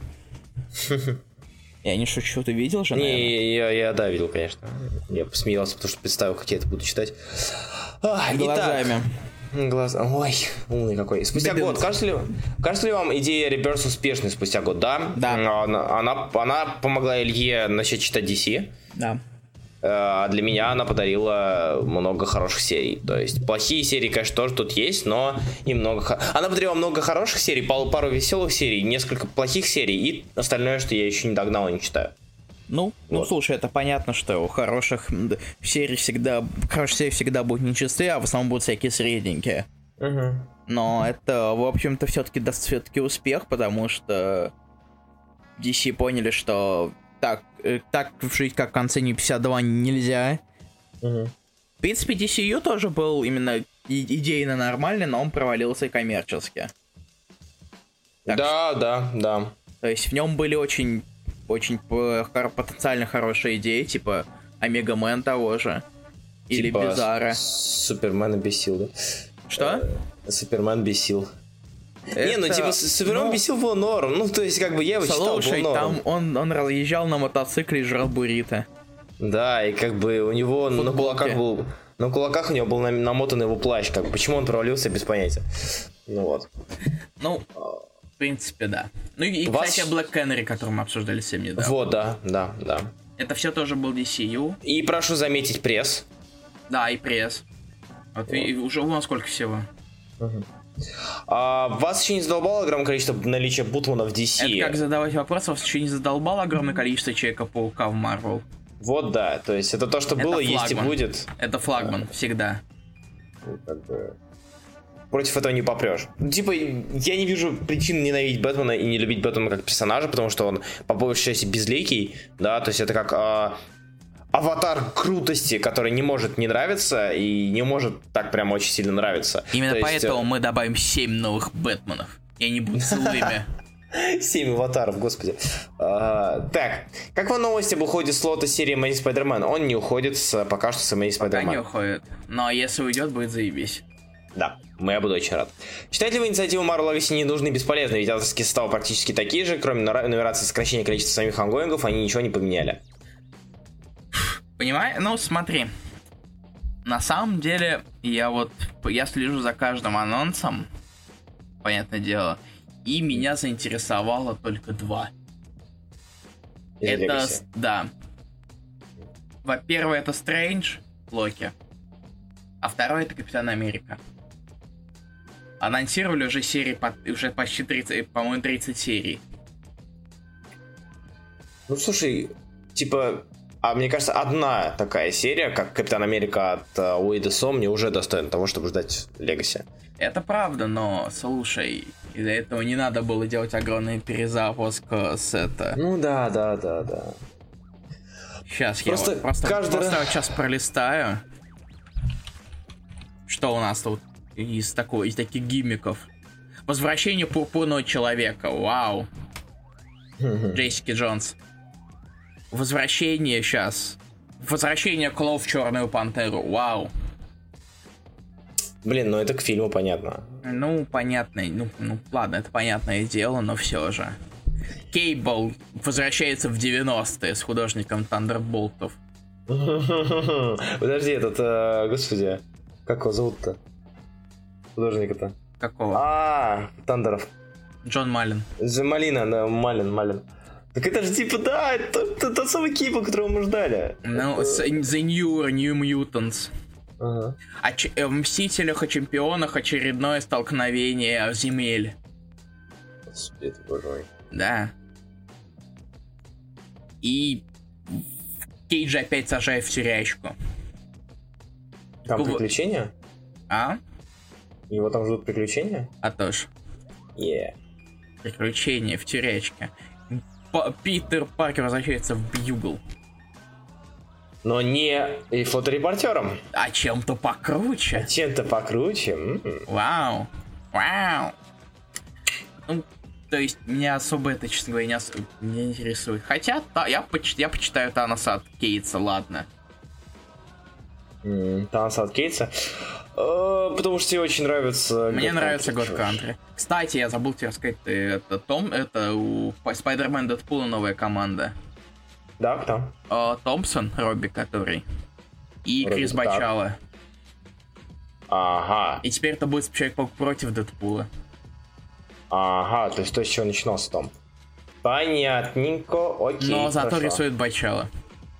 Я не шучу, ты видел же, наверное? Не, я да, видел, конечно. Я посмеялся, потому что представил, как я это буду читать. Глазами. Ой, умный какой. Спустя год. Кажется ли вам идея Реберс успешной спустя год? Да. Да. Она помогла Илье начать читать DC. Да. А для меня она подарила много хороших серий. То есть плохие серии, конечно, тоже тут есть, но и много... Она подарила много хороших серий, пару веселых серий, несколько плохих серий и остальное, что я еще не догнал и не читаю. Ну, слушай, это понятно, что у хороших серий всегда будут нечистые, а в основном будут всякие средненькие. Но это, в общем-то, все-таки успех, потому что DC поняли, что так жить, как в конце New 52 нельзя. В принципе, DCU тоже был именно идейно нормальный, но он провалился коммерчески. Да. То есть в нем были очень потенциально хорошие идеи, типа Омега-мен того же. Или типа Бизарра. Супермена бесил, да? Что? Супермен бесил. Супермен бесил был норм. Ну, то есть, как бы я его читал, был норм. Там он разъезжал на мотоцикле и жрал буррито. Да, и как бы у него на кулаках у него был намотан его плащ. Как бы, почему он провалился, без понятия. Ну вот. Ну, в принципе, да. Ну и, кстати, Black Canary, который мы обсуждали всем недавно. Вот, да. Это все тоже был DCU. И прошу заметить пресс. Да, и пресс. Вот. И уже у нас сколько всего? Вас еще не задолбало огромное количество наличия Бутмана в DC? Это как задавать вопрос, вас еще не задолбало огромное количество Человека-паука в Marvel? Вот да, то есть это то, что это было, флагман. Есть и будет. Это флагман, всегда. Как бы... против этого не попрешь. Типа, я не вижу причин ненавидеть Бэтмена и не любить Бэтмена как персонажа, потому что он по большей части безликий, да, то есть это как аватар крутости, который не может не нравиться и не может так прям очень сильно нравиться. Именно то поэтому мы добавим 7 новых Бэтменов, и они будут злыми. 7 аватаров, господи. Так, как вам новости об уходе слота серии Amazing Spider-Man? Он не уходит пока что с Amazing Spider-Man. Пока не уходит, но если уйдет, будет заебись. Да, я буду очень рад. Считаете ли вы инициативу Marvel Legacy не нужны и бесполезны? Ведь авторские составы практически такие же, кроме нумерации и сокращения количества самих ангоингов, они ничего не поменяли. Понимаешь? Ну, смотри. На самом деле, я слежу за каждым анонсом, понятное дело, и меня заинтересовало только 2. Это, да. Во-первых, это Стрэндж, Локи, а второй это Капитан Америка. Анонсировали уже серии, уже почти 30, по-моему, 30 серий. Ну, слушай, типа, мне кажется, одна такая серия, как Капитан Америка от Уэйда Со, мне уже достойна того, чтобы ждать Легаси. Это правда, но, слушай, из-за этого не надо было делать огромный перезапуск с это. Ну да. Сейчас я просто сейчас пролистаю. Что у нас тут из таких гиммиков? Возвращение Пурпурного Человека, вау. Джессики Джонс. Возвращение Клоу в Черную Пантеру, вау. Блин, ну это к фильму понятно. Ну, понятно, ну ладно, это понятное дело, но все же. Кейбл возвращается в 90-е с художником Тандерболтов. Подожди, господи, как его зовут-то? Художника-то? Какого? Тандеров. Джон Маллин. Маллин. Так это же типа, да, это тот самый Кейбл, которого мы ждали. Ну, The New Mutants. Ага. В Мстителях и Чемпионах очередное столкновение земель. Господи, это боже мой. Да. И Кейджа опять сажают в тюрячку. Там приключения? А? Его там ждут приключения? А то ж. Приключения в тюрячке. Питер Паркер возвращается в Бьюгл. Но не и фоторепортером. А чем-то покруче. Вау. Ну, то есть, меня особо это, честно говоря, не интересует. Хотя, я почитаю Таноса от Кейтса, ладно. Таноса от Кейтса? Потому что тебе очень нравится... Мне нравится God Country. Кстати, я забыл тебе рассказать, это у Spider-Man Дэдпула новая команда. Да, кто? Томпсон, Робби, который. И Крис Бачало. Ага. И теперь это будет Человек-паук против Дэдпула. Ага, то есть то, с чего начинался Том. Понятненько, окей. Но зато рисует Бачало.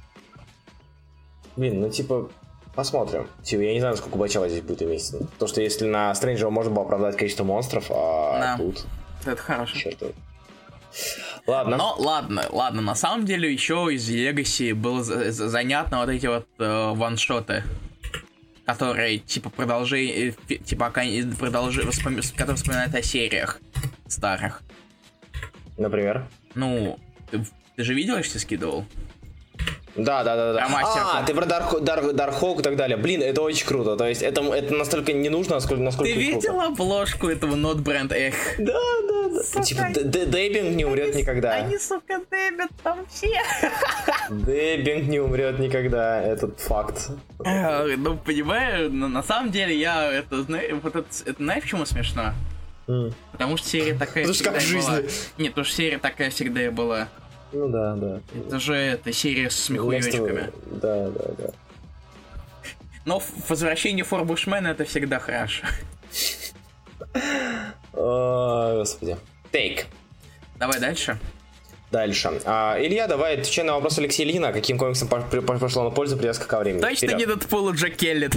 Блин, ну типа, посмотрим. Типа, я не знаю, сколько Бачало здесь будет иметь. То, что если на Стрэнджа можно было оправдать количество монстров, а тут... Это хорошо. Черт. Ладно. Но ладно, на самом деле еще из Legacy было занятно вот эти вот ваншоты, которые типа которые вспоминают о сериях старых. Например? Ну, ты же видел, что скидывал? Да. Ты про Дархолк и так далее. Блин, это очень круто. То есть это настолько не нужно, насколько ты видел круто. Обложку этого Not Brand Эх? Да. Типа, Дэббинг не умрет никогда. Они, сука, дэбят там все. Дэббинг не умрет никогда, этот факт. Ну, понимаю, но на самом деле это знаешь, почему смешно? Потому что серия такая всегда была. Нет, потому что серия такая всегда и была. Ну да. Это же серия с смехуёчками. Да. Но возвращение Форбушмена это всегда хорошо. Господи. Тейк. Давай дальше. Илья, давай отвечай на вопрос Алексея Ильина. Каким комиксом пошло на пользу привязка ко времени? Точно не Дэдпул и Джек Келли.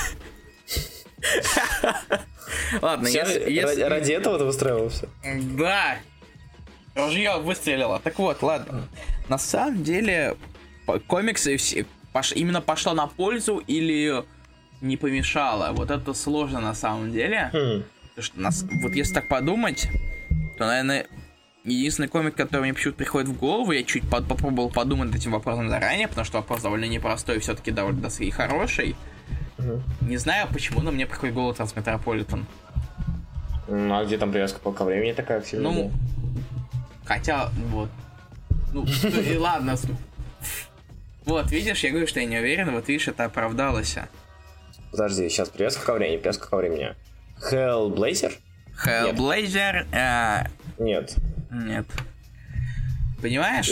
Ладно, ради этого ты выстраивался? Да. Ружье выстрелило. Так вот, ладно. На самом деле, комиксы именно пошло на пользу или не помешало. Вот это сложно на самом деле. Потому что вот если так подумать, то, наверное, единственный комик, который мне почему-то приходит в голову, я чуть попробовал подумать над этим вопросом заранее, потому что вопрос довольно непростой и все-таки довольно и хороший. Не знаю почему, но мне приходит в голову Трансметрополитен. Ну, а где там привязка ко времени такая к фильму? Ну, хотя, вот. Ну, и ладно. Вот, видишь, я говорю, что я не уверен, вот видишь, это оправдалось. Подожди, сейчас привязка ко времени. Hellblazer? Hellblazer? Нет. Нет. Понимаешь,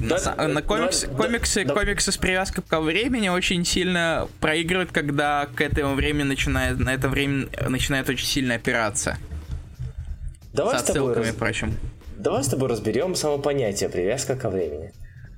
комиксы с привязкой ко времени очень сильно проигрывают, когда к этому времени начинает очень сильно опираться. Давай с отсылками и прочим. Давай с тобой разберем само понятие привязка ко времени.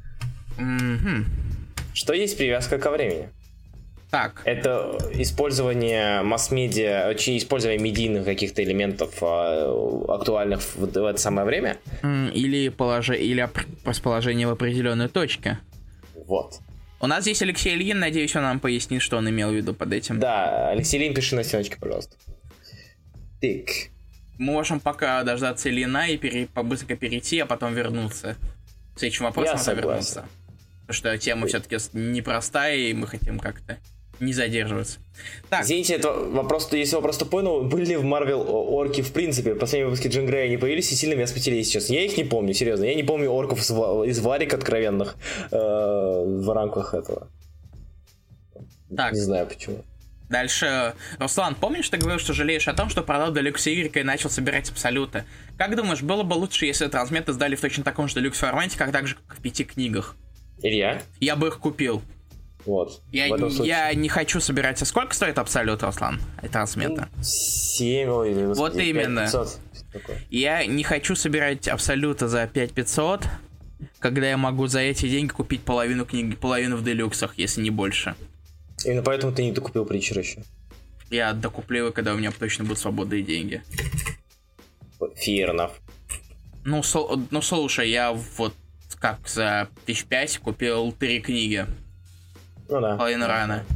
Что есть привязка ко времени? Так. Это использование масс-медиа, использование медийных каких-то элементов, актуальных в это самое время? Или расположение в определенной точке. Вот. У нас здесь Алексей Ильин, надеюсь, он нам пояснит, что он имел в виду под этим. Да, Алексей Ильин, пиши на стеночке, пожалуйста. Так. Мы можем пока дождаться Ильина и быстренько перейти, а потом вернуться. С этим вопросом вернуться. Потому что тема все-таки непростая, и мы хотим как-то не задерживаться. Так. Извините, это вопрос, если вопрос тупой, но были ли в Марвел орки в принципе? В последнем выпуске Джин Грея они появились и сильно меня смутили сейчас. Я их не помню, серьезно. Я не помню орков из варик откровенных в рамках этого. Так. Не знаю почему. Дальше. Руслан, помнишь, ты говорил, что жалеешь о том, что продал Deluxe Y и начал собирать абсолюты? Как думаешь, было бы лучше, если трансметы сдали в точно таком же Deluxe формате, как так же, как в 5 книгах? Илья? Я бы их купил. Вот. Я не хочу собирать. А сколько стоит абсолют, Руслан? Трансмета? 7, вот 5, именно. 500. Я не хочу собирать абсолюта за 5500, когда я могу за эти деньги купить половину книги, половину в делюксах, если не больше. Именно поэтому ты не докупил Притчера еще. Я докуплю его, когда у меня точно будут свободные деньги. Fair enough. Ну, слушай, я вот как за 5 купил 3 книги. Ну да. Половину рано.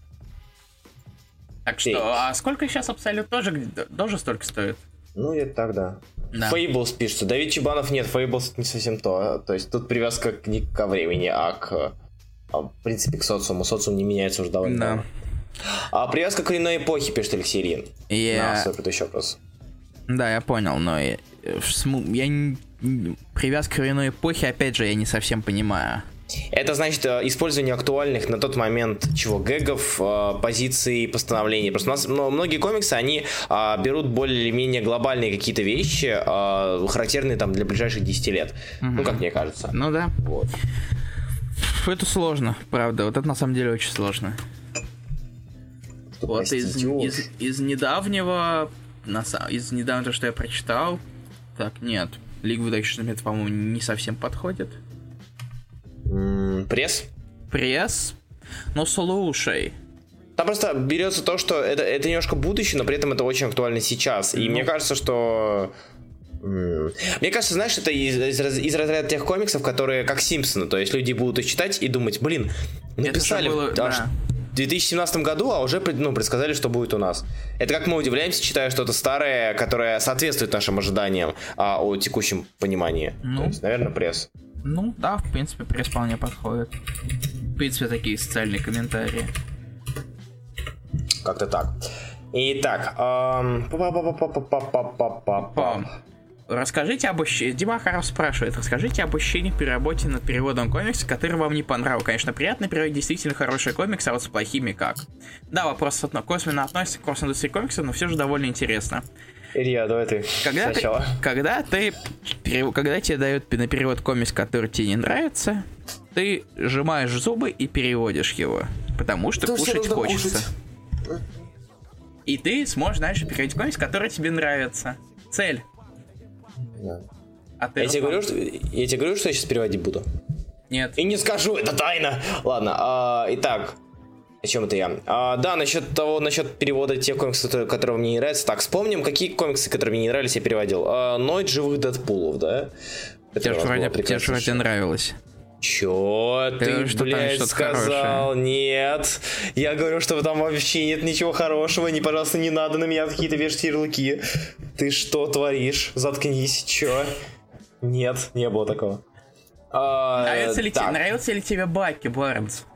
Так что, а сколько сейчас абсолют тоже столько стоит? Ну, это так, да. Фейблс пишется. Давид Чебанов, нет, Фейблс не совсем то. То есть тут привязка книг ко времени, в принципе, к социуму. Социум не меняется уже довольно давно. А привязка к иной эпохе, пишет Алексей Ильин. На свой предыдущий вопрос. Да, я понял, но привязка к иной эпохе, опять же, я не совсем понимаю. Это значит использование актуальных на тот момент гэгов, позиций, постановлений. Просто у нас многие комиксы, они берут более или менее глобальные какие-то вещи, характерные там для ближайших 10 лет. Ну, как мне кажется. Ну да. Вот. Это сложно, правда. Вот это на самом деле очень сложно. Вот из недавнего, что я прочитал. Так, нет. Лига выдающихся методов, по-моему, не совсем подходит. Пресс? Ну, слушай. Там просто берется то, что это немножко будущее, но при этом это очень актуально сейчас. И мне кажется, что... Мне кажется, знаешь, это из разряда тех комиксов, которые как Симпсоны. То есть люди будут их читать и думать, написали в 2017 году, а уже предсказали, что будет у нас. Это как мы удивляемся, читая что-то старое, которое соответствует нашим ожиданиям о текущем понимании. То есть, наверное, пресс. Ну, да, в принципе, пресс вполне подходит. В принципе, такие социальные комментарии. Как-то так. Итак, расскажите об ощущениях. Дима Харов спрашивает, расскажите об ощущениях при работе над переводом комикса, который вам не понравился. Конечно, приятно переводить действительно хороший комикс, а вот с плохими как? Да, вопрос косвенно относится к кросс-индустрии комиксов, но все же довольно интересно. Илья, давай ты сначала. Когда тебе дают на перевод комикс, который тебе не нравится, ты сжимаешь зубы и переводишь его, потому что кушать хочется. И ты сможешь дальше переводить комикс, который тебе нравится. Цель. Да. Я тебе говорю, что я сейчас переводить буду? Нет. И не скажу, это тайна. Ладно, итак. О чем это я? Да, насчет перевода тех комиксов, которые мне не нравятся. Так, вспомним, какие комиксы, которые мне не нравились, я переводил. Ночь живых Дэдпулов, да? Тебе же вроде нравилось. Чё ты, блядь, сказал? Хорошее. Нет. Я говорю, что там вообще нет ничего хорошего. Пожалуйста, не надо на меня какие-то вешать ярлыки. Ты что творишь? Заткнись. Чё? Нет, не было такого. Нравится ли тебе Баки Барнс?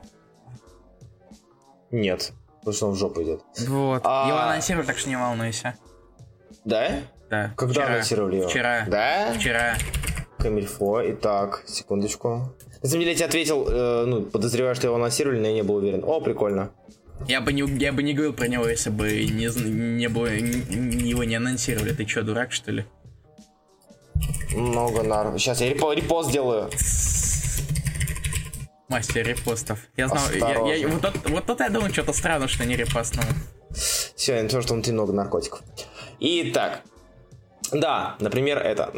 Нет. Потому что он в жопу идет. Вот. Его анонсировали, так что не волнуйся. Да? Да. Когда анонсировали его? Вчера. Да? Вчера. Камильфо. Итак, секундочку. На самом деле я тебе ответил, подозреваю, что его анонсировали, но я не был уверен. О, прикольно. Я бы не говорил про него, если бы его не анонсировали. Ты что, дурак, что ли? Много нар. Сейчас я репост сделаю. Мастер репостов. Я знал, вот тут я думаю, что-то странно, что не репостнул. Все, я написал, что внутри много наркотиков. Итак. Да, например, это.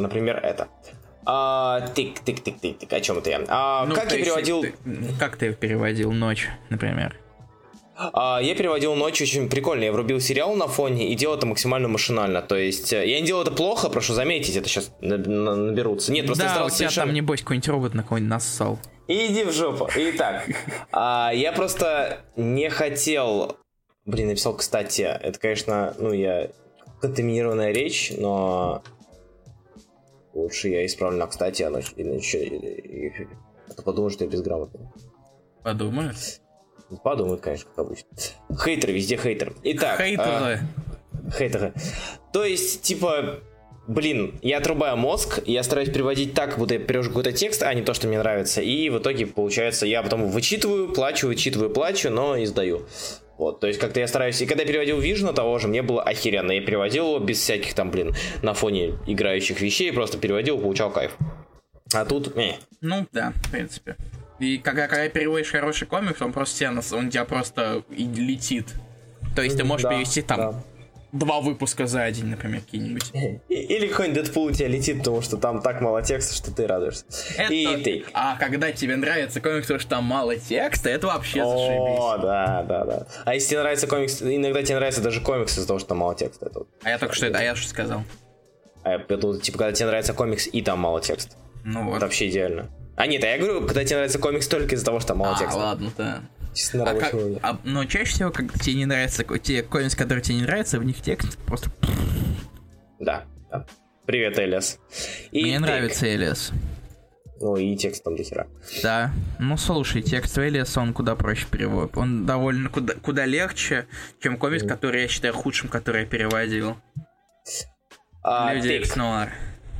Тик. О чем это я? Как я переводил... Как ты переводил ночь, например? Я переводил ночь очень прикольно. Я врубил сериал на фоне и делал это максимально машинально. То есть я не делал это плохо, прошу заметить, это сейчас наберутся. Нет, просто да, у тебя там, небось, какой-нибудь робот на кого-нибудь нассал. Иди в жопу. Итак, я просто не хотел... Блин, написал, кстати, это, конечно, контаминированная речь, но... Лучше я исправлю на кстати, иначе подумают, что я безграмотный. Подумают? Подумают, конечно, как обычно. Хейтеры, везде хейтеры. Итак. Хейтеры. То есть, типа, блин, я отрубаю мозг, я стараюсь переводить так, как будто я перевожу какой-то текст, а не то, что мне нравится. И в итоге, получается, я потом вычитываю, плачу, но издаю. Вот, то есть как-то я стараюсь... И когда я переводил Vision того же, мне было охеренно. Я переводил его без всяких там, на фоне играющих вещей, просто переводил, получал кайф. А тут... Ну, да, в принципе. И когда переводишь хороший комикс, он тебя просто летит. То есть ты можешь перевести там 2 выпуска за день, например, какие-нибудь. Или какой-нибудь Дэдпул у тебя летит, потому что там так мало текста, что ты радуешься. А когда тебе нравится комикс, потому что там мало текста, это вообще зашибись. О, да. А если тебе нравится комикс, иногда тебе нравится даже комикс из-за того, что там мало текста. Я что сказал? Я думал, типа, когда тебе нравится комикс и там мало текста. Ну вот. Это вообще идеально. Нет, я говорю, когда тебе нравится комикс только из-за того, что там мало текста. Ладно, да. Но чаще всего, когда тебе не нравится, те комиксы, которые тебе не нравятся, в них текст просто... Да. Привет, Элиас. Мне нравится Элиас. Ну и текст там до хера. Да. Ну слушай, текст Элиаса, он куда проще перевод. Он довольно куда легче, чем комикс, который я считаю худшим, который я переводил. Люди Икс Нуар.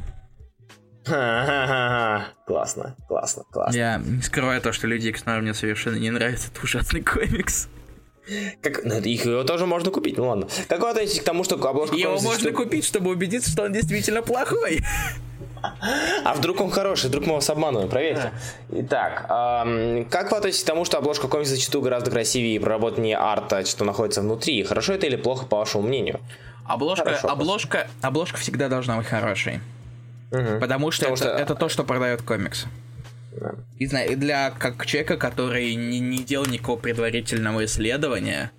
Классно. Я не скрываю то, что Люди Икс Нуар мне совершенно не нравится. Это ужасный комикс. Его тоже можно купить, ну ладно. Как вы относитесь к тому, что обложка... Его можно купить, чтобы убедиться, что он действительно плохой. А вдруг он хороший, вдруг мы вас обманываем, проверьте. Итак, как вы относитесь к тому, что обложка комикса зачастую гораздо красивее и проработаннее арта, что находится внутри? Хорошо это или плохо, по вашему мнению? Обложка всегда должна быть хорошей. Потому что это то, что продает комикс. Да. И для как человека, который не делал никакого предварительного исследования,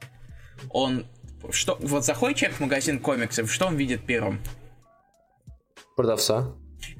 вот заходит человек в магазин комиксов, что он видит первым? Продавца.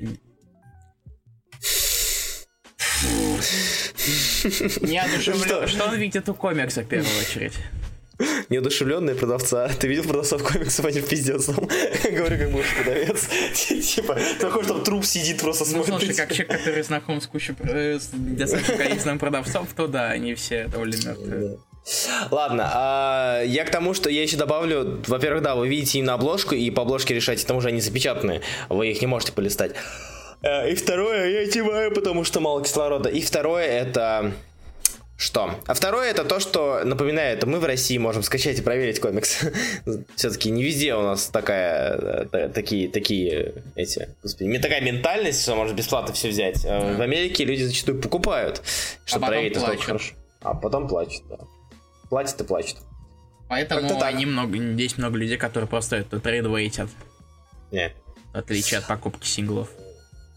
Что он видит у комикса в первую очередь? Неодушевленные продавца. Ты видел продавцов комиксов, они в пиздец. Говорю, как будешь продавец. Типа, такой, что там труп сидит, просто смотрит. Ну, слушай, как человек, который знаком с кучей достаточно количеством продавцов, то да, они все довольно мертвые. Ладно, я к тому, что я еще добавлю, во-первых, да, вы видите именно обложку, и по обложке решайте, к тому же они запечатаны, вы их не можете полистать. И второе, я киваю, потому что мало кислорода. И второе, это... Что? А второе это то, что напоминает, мы в России можем скачать и проверить комикс. Все-таки не везде у нас такие не такая ментальность, что можно бесплатно все взять. В Америке люди зачастую покупают, чтобы проверить, насколько хорошо. А потом плачут, да. Платят и плачут. Поэтому есть много людей, которые просто это трейдвейтят. Нет. В отличие от покупки синглов.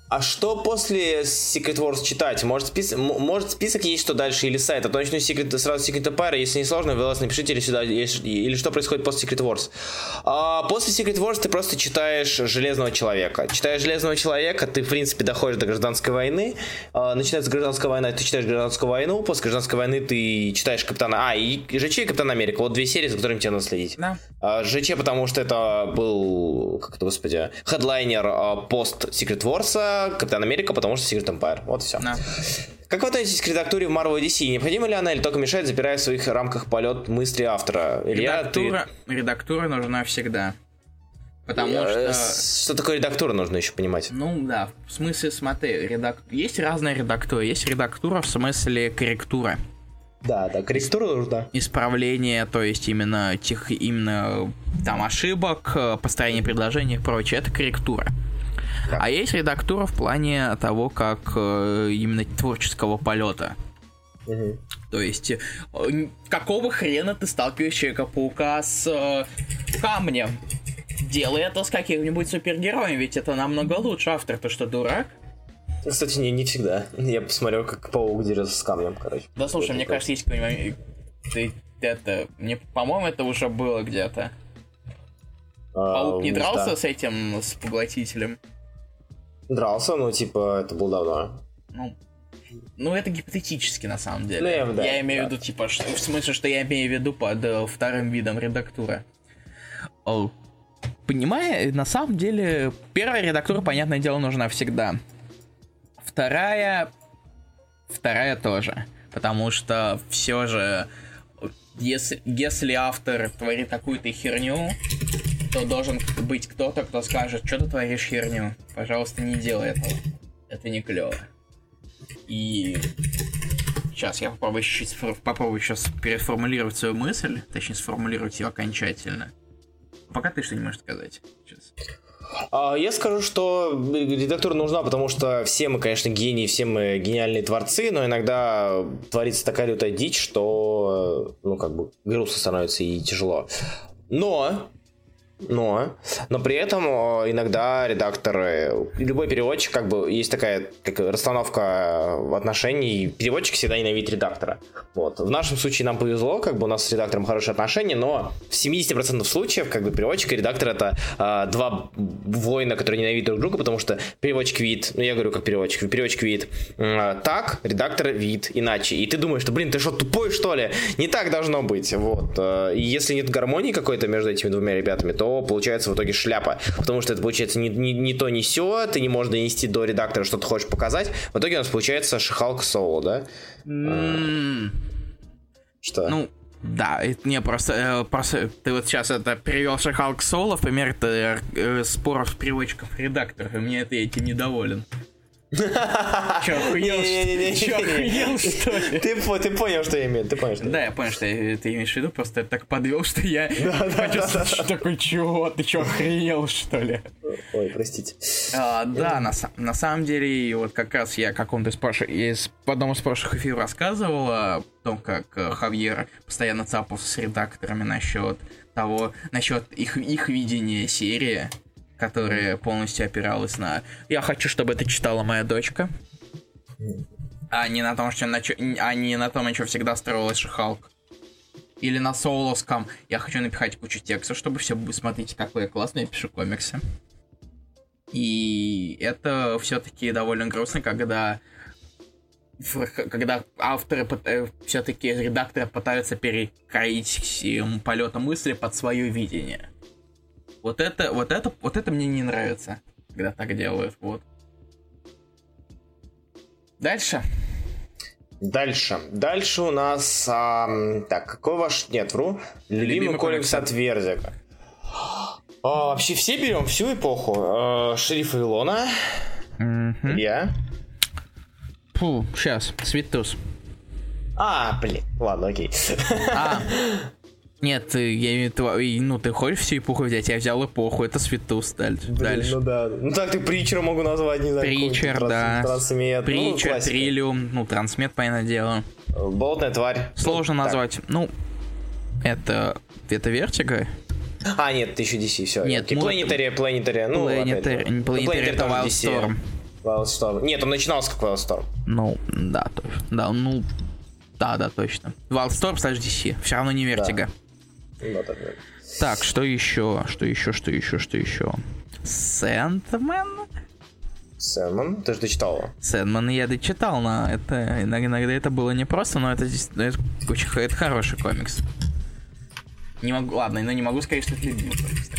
А что после Secret Wars читать? Может список есть, что дальше, или сайт? А то начну сразу Secret Empire, если не сложно, вы вас напишите или сюда, или что происходит после Secret Wars. После Secret Wars ты просто читаешь Железного Человека. Читаешь Железного Человека, ты, в принципе, доходишь до Гражданской войны. Начинается Гражданская война, ты читаешь Гражданскую войну, после Гражданской войны ты читаешь Капитана... и ЖЧ и Капитан Америка. Вот 2 серии, за которыми тебе надо следить. Да. ЖЧ, потому что это был, хедлайнер пост Secret Wars, Капитан Америка, потому что Secret Empire. Вот и все. Да. Как вы относитесь к редактуре в Marvel и DC? Необходима ли она или только мешает, запирая в своих рамках полет мысли автора? Редактура нужна всегда. Потому что... Что такое редактура, нужно еще понимать. Ну да, в смысле, смотри, есть разная редактура. Есть редактура в смысле корректура. Да, корректура нужна. Исправление, то есть именно там ошибок, построение предложений и прочее, это корректура. Да. А есть редактура в плане того, как именно творческого полета. Угу. То есть, какого хрена ты сталкиваешь Человека-паука с камнем? Делай это с каким-нибудь супергероем, ведь это намного лучше. Автор, ты что, дурак? Кстати, не всегда. Я посмотрел, как паук дерется с камнем, короче. Да слушай, мне кажется, есть какой-нибудь... По-моему, это уже было где-то. Паук не дрался с этим, с поглотителем? Дрался, но это было давно. Ну, это гипотетически, на самом деле. Я имею в виду, в смысле, что я имею в виду под вторым видом редактуры. Понимаю, на самом деле, первая редактура, понятное дело, нужна всегда. Вторая тоже. Потому что все же, если автор творит какую-то херню, то должен быть кто-то, кто скажет, что ты творишь херню. Пожалуйста, не делай этого. Это не клево. И сейчас я попробую сейчас переформулировать свою мысль, точнее сформулировать ее окончательно. Пока ты что не можешь сказать сейчас. Я скажу, что редактура нужна, потому что все мы, конечно, гении, все мы гениальные творцы, но иногда творится такая лютая дичь, что, грустно становится и тяжело. Но при этом иногда редакторы, любой переводчик, есть такая расстановка отношений, переводчик всегда ненавидит редактора. Вот. В нашем случае нам повезло, у нас с редактором хорошие отношения, но в 70% случаев, переводчик и редактор — это два воина, которые ненавидят друг друга, потому что переводчик видит, я говорю как переводчик видит так, редактор видит иначе. И ты думаешь, что, ты что, тупой, что ли? Не так должно быть. Вот. И если нет гармонии какой-то между этими двумя ребятами, то получается в итоге шляпа, потому что это получается не то, не сё, ты не можешь донести до редактора, что ты хочешь показать. В итоге у нас получается Шихалк Соло, да? Что? Ну, да, не, просто ты вот сейчас перевел Шихалк Соло в пример споров переводчиков и редакторов, и мне этим недоволен. Че, охуел, что ли? Ты понял, что я имею, Да, я понял, что ты имеешь в виду, просто так подвел, что я такой, чего, ты че, охренел, что ли? Ой, простите. Да, на самом деле, вот как раз я в одном из прошлых эфиров рассказывал о том, как Хавьер постоянно цапался с редакторами насчет их видения серии, которая полностью опиралась на «я хочу, чтобы это читала моя дочка», а не на том, на чем всегда строилась Шихалк. Или на Соуловском «я хочу напихать кучу текста, чтобы все смотрите, какой я классный, я пишу комиксы». И это все-таки довольно грустно, когда авторы, все-таки редакторы пытаются перекроить полета мысли под свое видение. Вот это мне не нравится, когда так делают. Вот. Дальше у нас... какой ваш... Нет, вру. Любимый комикс от Верзика. Вообще все берем, всю эпоху. Шерифа Илона. Я. Сейчас. Светус. Ладно, окей. Нет, я имею в виду, ты хочешь всю эпоху взять? Я взял эпоху, это Светус дальше. Ну да. Ну так ты Притчера могу назвать, не знаю. Притчер, да. Трансмет. Притчер, Триллиум, Трансмет, понятное дело. Болотная тварь. Сложно назвать. Это Вертиго? Нет, ты еще DC, все. Нет, Планетария. Планетария это Wildstorm. Wildstorm. Нет, он начинался как Wildstorm. Ну, да, точно. Да, точно. Wildstorm / DC. Все равно не Vertigo. Да. Так, что еще? Сэндман? Ты же дочитал его. Сэндман я дочитал, но это иногда это было непросто, но это очень хороший комикс. Не могу сказать, что это любимый комикс.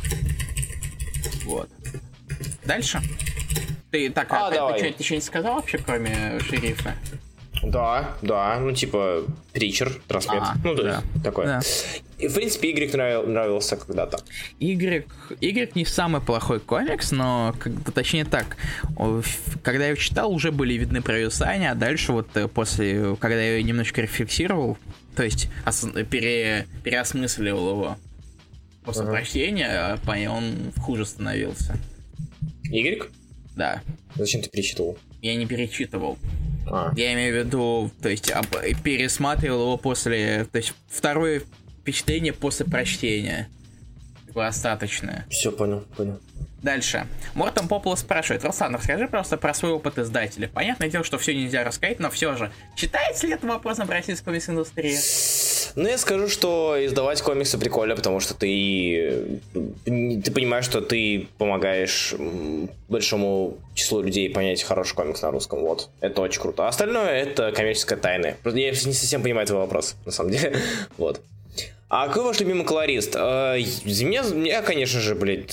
Вот. Дальше? Ты что не сказал вообще, кроме шерифа? Да, ну типа Притчер, Трансмет, такое. Да. И, в принципе, Y нравился когда-то. Y не самый плохой комикс, но, точнее так, когда я его читал, уже были видны провисания, а дальше вот после, когда я немножко рефлексировал, то есть переосмысливал его после прочтения, он хуже становился. Y? Да. Зачем ты перечитывал? Я не перечитывал. Я имею в виду, то есть пересматривал его после, то есть второе впечатление после прочтения. Такое остаточное. Все, понял. Дальше. Мортон Пополо спрашивает: Руслан, расскажи просто про свой опыт издателя. Понятное дело, что все нельзя рассказать, но все же. Считается ли это вопросом в российской комикс-индустрии? Ну, я скажу, что издавать комиксы прикольно, потому что ты понимаешь, что ты помогаешь большому числу людей понять хороший комикс на русском. Вот. Это очень круто. А остальное — это коммерческая тайна. Я не совсем понимаю твой вопрос, на самом деле. Вот. А какой ваш любимый колорист? Меня, конечно же, блядь,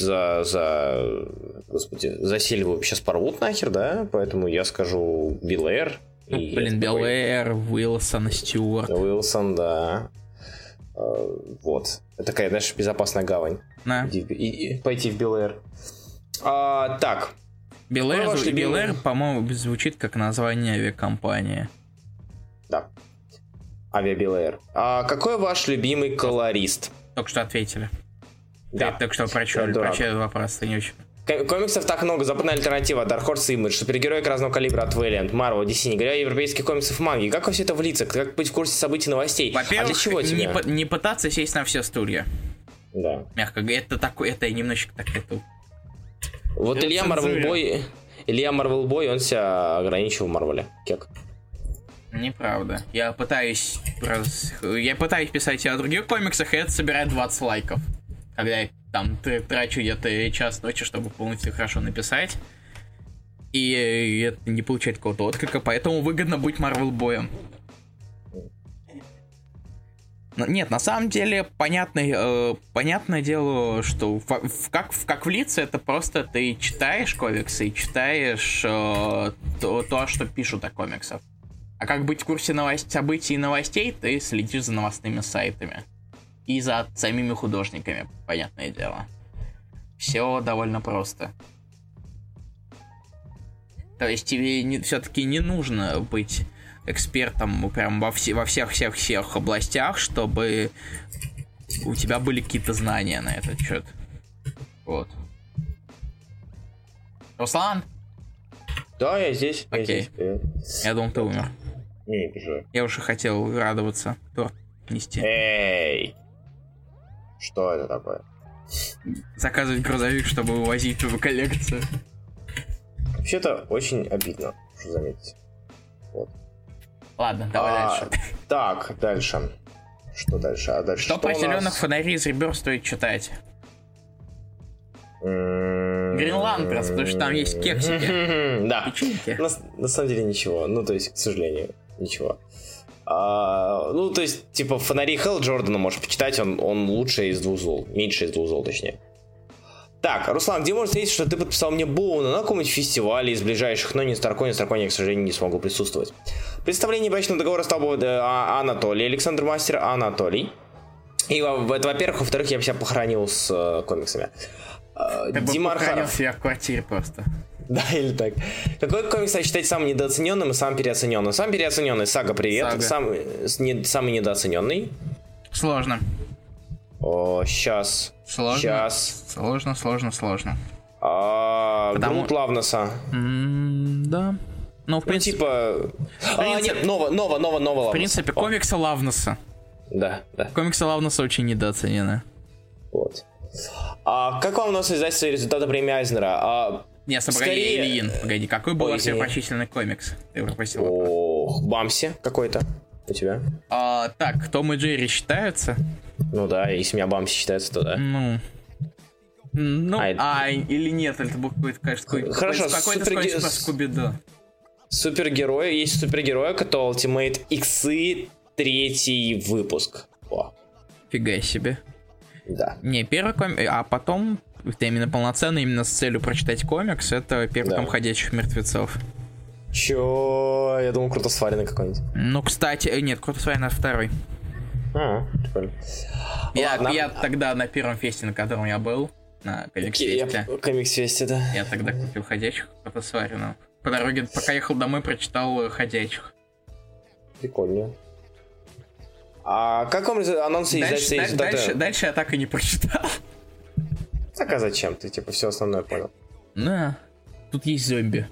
за Сильву сейчас порвут нахер, да? Поэтому я скажу Белэр. Белэр, Уилсон, Стюарт. Уилсон, да. Вот. Это такая, знаешь, безопасная гавань. Да. Пойти в Белэр. Так. Белэр, по-моему, звучит как название авиакомпании. Да. Авиабелэр. А какой ваш любимый колорист? Только что ответили. Да. Только что прочел этот вопрос, ты не очень... Комиксов так много. Западная альтернатива, Dark Horse Image, супергерои разного калибра от Valiant, Marvel, DC, не говоря о европейских комиксов, манги. Как во все это влиться? Как быть в курсе событий, новостей? Во-первых, для чего тебе? Не пытаться сесть на все стулья. Да. Мягко говоря, это немножечко так это... Вот Илья Марвелбой, он себя ограничил в Марвеле. Кек. Неправда. Я пытаюсь писать о других комиксах, и это собирает 20 лайков. Когда я там трачу где-то час ночи, чтобы полностью хорошо написать. И это не получает какого-то отклика, поэтому выгодно быть Марвел-боем. Нет, на самом деле, понятное дело, что как влиться, это просто ты читаешь комиксы и читаешь то, что пишут о комиксах. А как быть в курсе событий и новостей, ты следишь за новостными сайтами. И за самими художниками, понятное дело. Все довольно просто. То есть тебе все-таки не нужно быть экспертом прям во всех областях, чтобы у тебя были какие-то знания на этот счет. Вот. Руслан? Да, я здесь. Окей. Я думал, ты умер. Не бежи. Я уже хотел радоваться, торт нести. Эй! Что это такое? Заказывать грузовик, чтобы вывозить его коллекцию. Вообще-то очень обидно, что заметить. Вот. Ладно, давай дальше. Так, дальше. Что дальше? Что про зеленых фонарей из ребер стоит читать? Green Lanterns, потому что там есть кексики. Да. Печеньки. На самом деле ничего. Ну, то есть, к сожалению, ничего. Ну, то есть, типа, фонари Хелл Джордана можешь почитать, он лучший из двух зол. Меньше из двух зол, точнее. Так, Руслан, где можно встретить, что ты подписал мне Боуна на каком-нибудь фестивале из ближайших, но не Старконе, я, к сожалению, не смогу присутствовать. Представление брачного договора стал бы Анатолий, Александр Мастер Анатолий. И это, во-первых, во-вторых, я бы себя похоронил с комиксами. Дима Архаров. Себя в квартире просто. Да, или так. Какой комикс считаете самым недооцененным и самым переоцененным? Самый переоцененный — Сага, привет. Самый недооцененный? Сложно. Сейчас. Сложно. Грунт Лавнеса. Да. Ну, в принципе... Нет, нового В принципе, комиксы Лавнеса. Да. Комиксы Лавнеса очень недооценены. Вот. Как вам у нас издательство результата премии Айзнера? Не, собрали Ильин. Погоди, какой был всепрочисленный комикс? Ты пропустил. Ох, Бамси какой-то. У тебя? Так, Том и Джерри считаются? Ну да, если меня Бамси считается, то да. Или нет, это был какой-то, кажется, хорошо, какой-то Скуби-Ду. Супергерой, есть супергерой, который Ultimate Иксы, 3-й выпуск. Фига себе. Да. Не, первый комикс, а потом, это именно полноценный, именно с целью прочитать комикс, это первый том «Ходячих мертвецов». Чё? Я думал, круто сваренный какой-нибудь. Ну, кстати, нет, круто сваренный второй. Прикольно. Я тогда на первом фесте, на котором я был, на комикс-фесте. Комикс-фесте, да. Я тогда купил «Ходячих», круто сваренного. По дороге, пока ехал домой, прочитал «Ходячих». Прикольно. А как вам анонсы издательства? Дальше я так и не прочитал. Так а зачем? Ты типа все основное понял? Да. Тут есть зомби.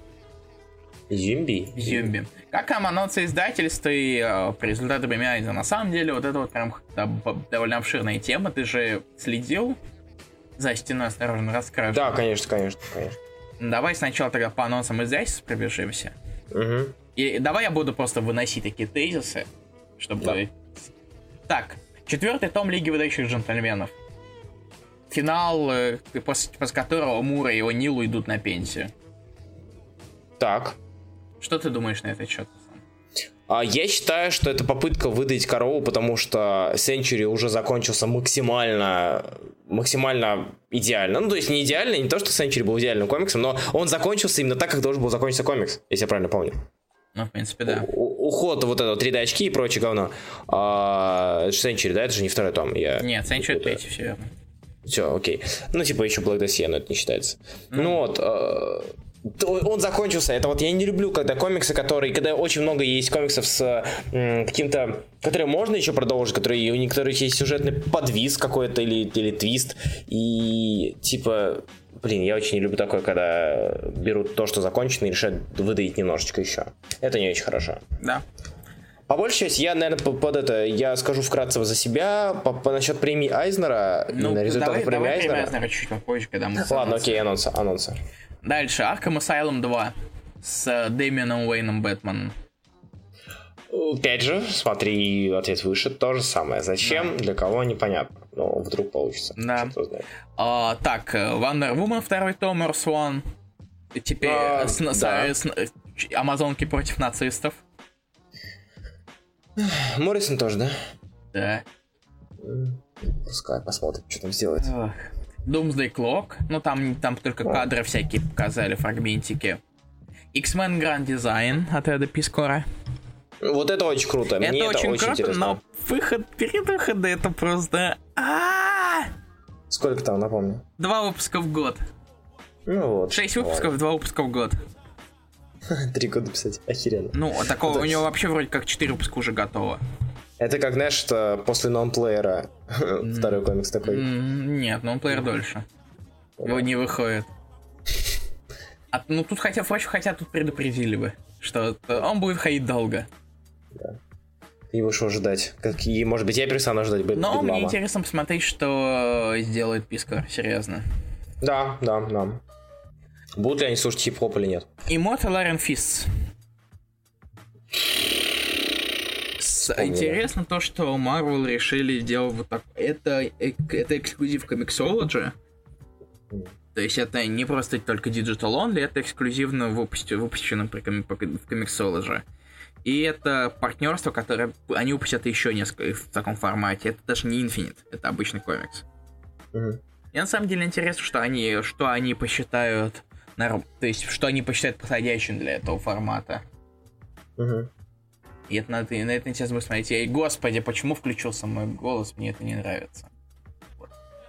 Зомби? Как там анонсы издательства и результаты премиальные? На самом деле, вот это вот прям довольно обширная тема. Ты же следил за стеной, осторожно, расскажешь. Да, конечно. Давай сначала тогда по анонсам издательств пробежимся. Угу. И давай я буду просто выносить такие тезисы, чтобы... Да. Так, 4-й том Лиги Выдающих Джентльменов. Финал, после которого Мура и О'Нил уйдут на пенсию. Так. Что ты думаешь на этот счет? Я считаю, что это попытка выдать корову, потому что Century уже закончился максимально идеально. Ну, то есть не идеально, не то, что Century был идеальным комиксом, но он закончился именно так, как должен был закончиться комикс, если я правильно помню. Ну, в принципе, да. Уход вот этого 3D очки и прочее говно. Century, да, это же не второй том. Нет, Century 3, все верно. Все, окей. Ну, типа еще Black Death, но это не считается. Ну вот, он закончился. Это вот я не люблю, когда комиксы, когда очень много есть комиксов с каким-то, которые можно еще продолжить, у некоторых есть сюжетный подвис какой-то или твист. И типа, я очень не люблю такое, когда берут то, что закончено, и решают выдавить немножечко еще. Это не очень хорошо. Да. По большей части, я, наверное, я скажу вкратце за себя насчет премии Айзнера. Давай премии Айзнера чуть попозже, когда мы... Ладно, окей, анонсы. Дальше, Arkham Asylum 2 с Дэмианом Уэйном Бэтменом. Опять же, смотри, ответ выше, то же самое. Зачем, для кого, непонятно. Но вдруг получится. Да. Так, Wonder Woman 2 том, Earth One. Теперь Амазонки против нацистов. Моррисон тоже, да? Да. Пускай посмотрим, что там сделает. Doomsday Clock, ну там только кадры всякие показали, фрагментики. X-Men Grand Design от Эда Пискора. Вот это очень круто. Мне это очень круто, интересно. Но перед выходом это просто... Сколько там, напомню? 2 выпуска в год. Ну вот. 6 выпусков, 2 выпуска в год. 3 года писать, охеренно. Ну, такого у него вообще вроде как 4 выпуска уже готово. Это как, знаешь, что после нонплеера второй комикс такой. Нет, нонплеер дольше. Его не выходит. Тут хотя тут предупредили бы, что он будет ходить долго. Да. Его что ожидать? Какие, может быть, я персонаж ждать будет. Но мне интересно посмотреть, что сделает Пискар, серьезно. Да. Будут ли они слушать хип-хоп или нет? Immortal Iron Fists. Интересно то, что Marvel решили сделать вот так. Это эксклюзив Comixology. То есть это не просто только Digital Only, это эксклюзивно выпущено в Comixology. И это партнерство, которое они выпустят еще несколько в таком формате. Это даже не Infinite, это обычный комикс. И на самом деле интересно, что они посчитают, то есть что они посчитают подходящим для этого формата. И это на это интересно будет смотреть. И, господи, почему включился мой голос? Мне это не нравится. Вот.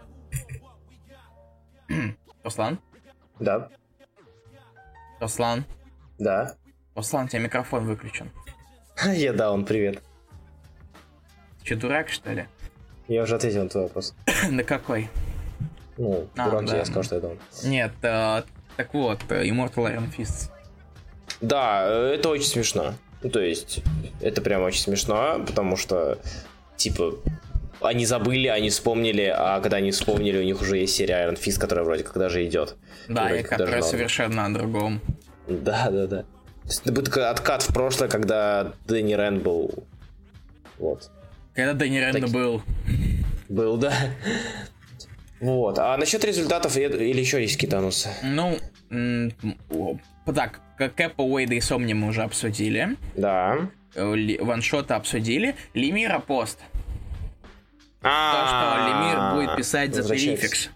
Руслан? Да. Руслан? Да. Руслан, у тебя микрофон выключен. Он привет. Ты что, дурак, что ли? Я уже ответил на твой вопрос. На какой? Дурак, я сказал, что это он. Нет, так вот, Immortal Iron Fists. Да, это очень смешно. То есть, это прям очень смешно, потому что, типа, они забыли, они вспомнили, а когда они вспомнили, у них уже есть серия Iron Fist, которая вроде как даже идет. Да, и которая совершенно о другом. Да. То есть это будет такой откат в прошлое, когда Дэнни Рэн был. Вот. Когда Дэнни Рэн был. Был, да. Вот. А насчет результатов или еще есть какие-то анонсы? Ну, так, Кэпа, Уэйда и Сомни мы уже обсудили. Да. Ваншоты обсудили. Лемира пост. То, что Лемир будет писать за Terrifics.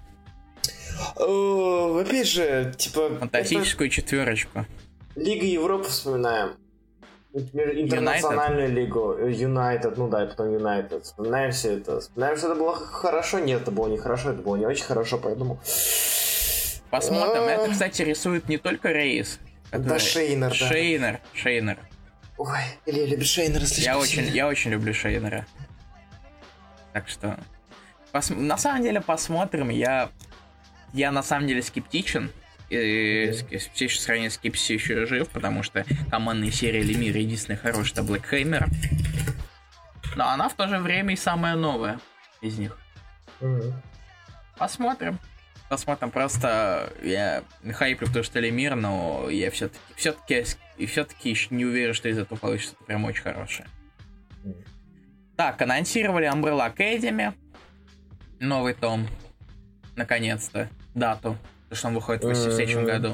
Опять же, типа... Фантастическую четверочку. Лига Европы вспоминаем. Интернациональную лигу. Юнайтед, ну да, и потом Юнайтед. Вспоминаем все это. Вспоминаем, что это было хорошо. Нет, это было не хорошо, это было не очень хорошо, поэтому... Посмотрим. Это, кстати, рисует не только Рейс. Да, Шейнер, да. Шейнер. Ой, Илья любит Шейнера слишком сильно. Я очень люблю Шейнера. Так что... На самом деле, посмотрим. Я на самом деле скептичен. Все еще сравнение скепсис еще жив, потому что командная серия Лемира единственная хорошая, это Black Hammer. Но она в то же время и самая новая из них. Посмотрим. Просто я хайплю в то, что Лемир, но я все-таки еще не уверен, что из этого получится прям очень хорошее. Так, анонсировали Umbrella Academy. Новый том. Наконец-то. Дату. Потому что он выходит в следующем году.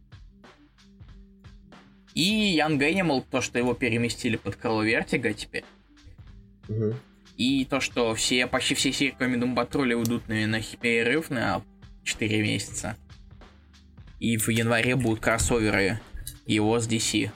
И Young Animal, то, что его переместили под крыло Вертига теперь. И то, что почти все серии, кроме Doom Patrol, уйдут на перерыв на 4 месяца. И в январе будут кроссоверы его с DC.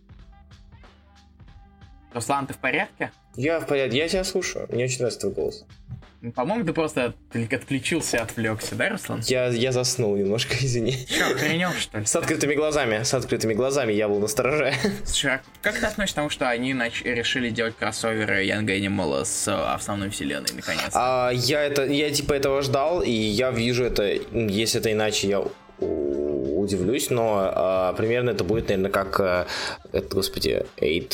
Руслан, ты в порядке? Я в порядке, я тебя слушаю. Мне очень нравится твой голос. По-моему, ты просто отключился и отвлекся, да, Руслан? Я заснул немножко, извини. Че, охренел, что ли? С открытыми глазами я был настороже. Слушай, а как ты относишься к тому, что они решили делать кроссоверы Young Animal с основной вселенной, наконец-то? Я типа этого ждал, и я вижу это, если это иначе, я удивлюсь, но примерно это будет, наверное, как... господи,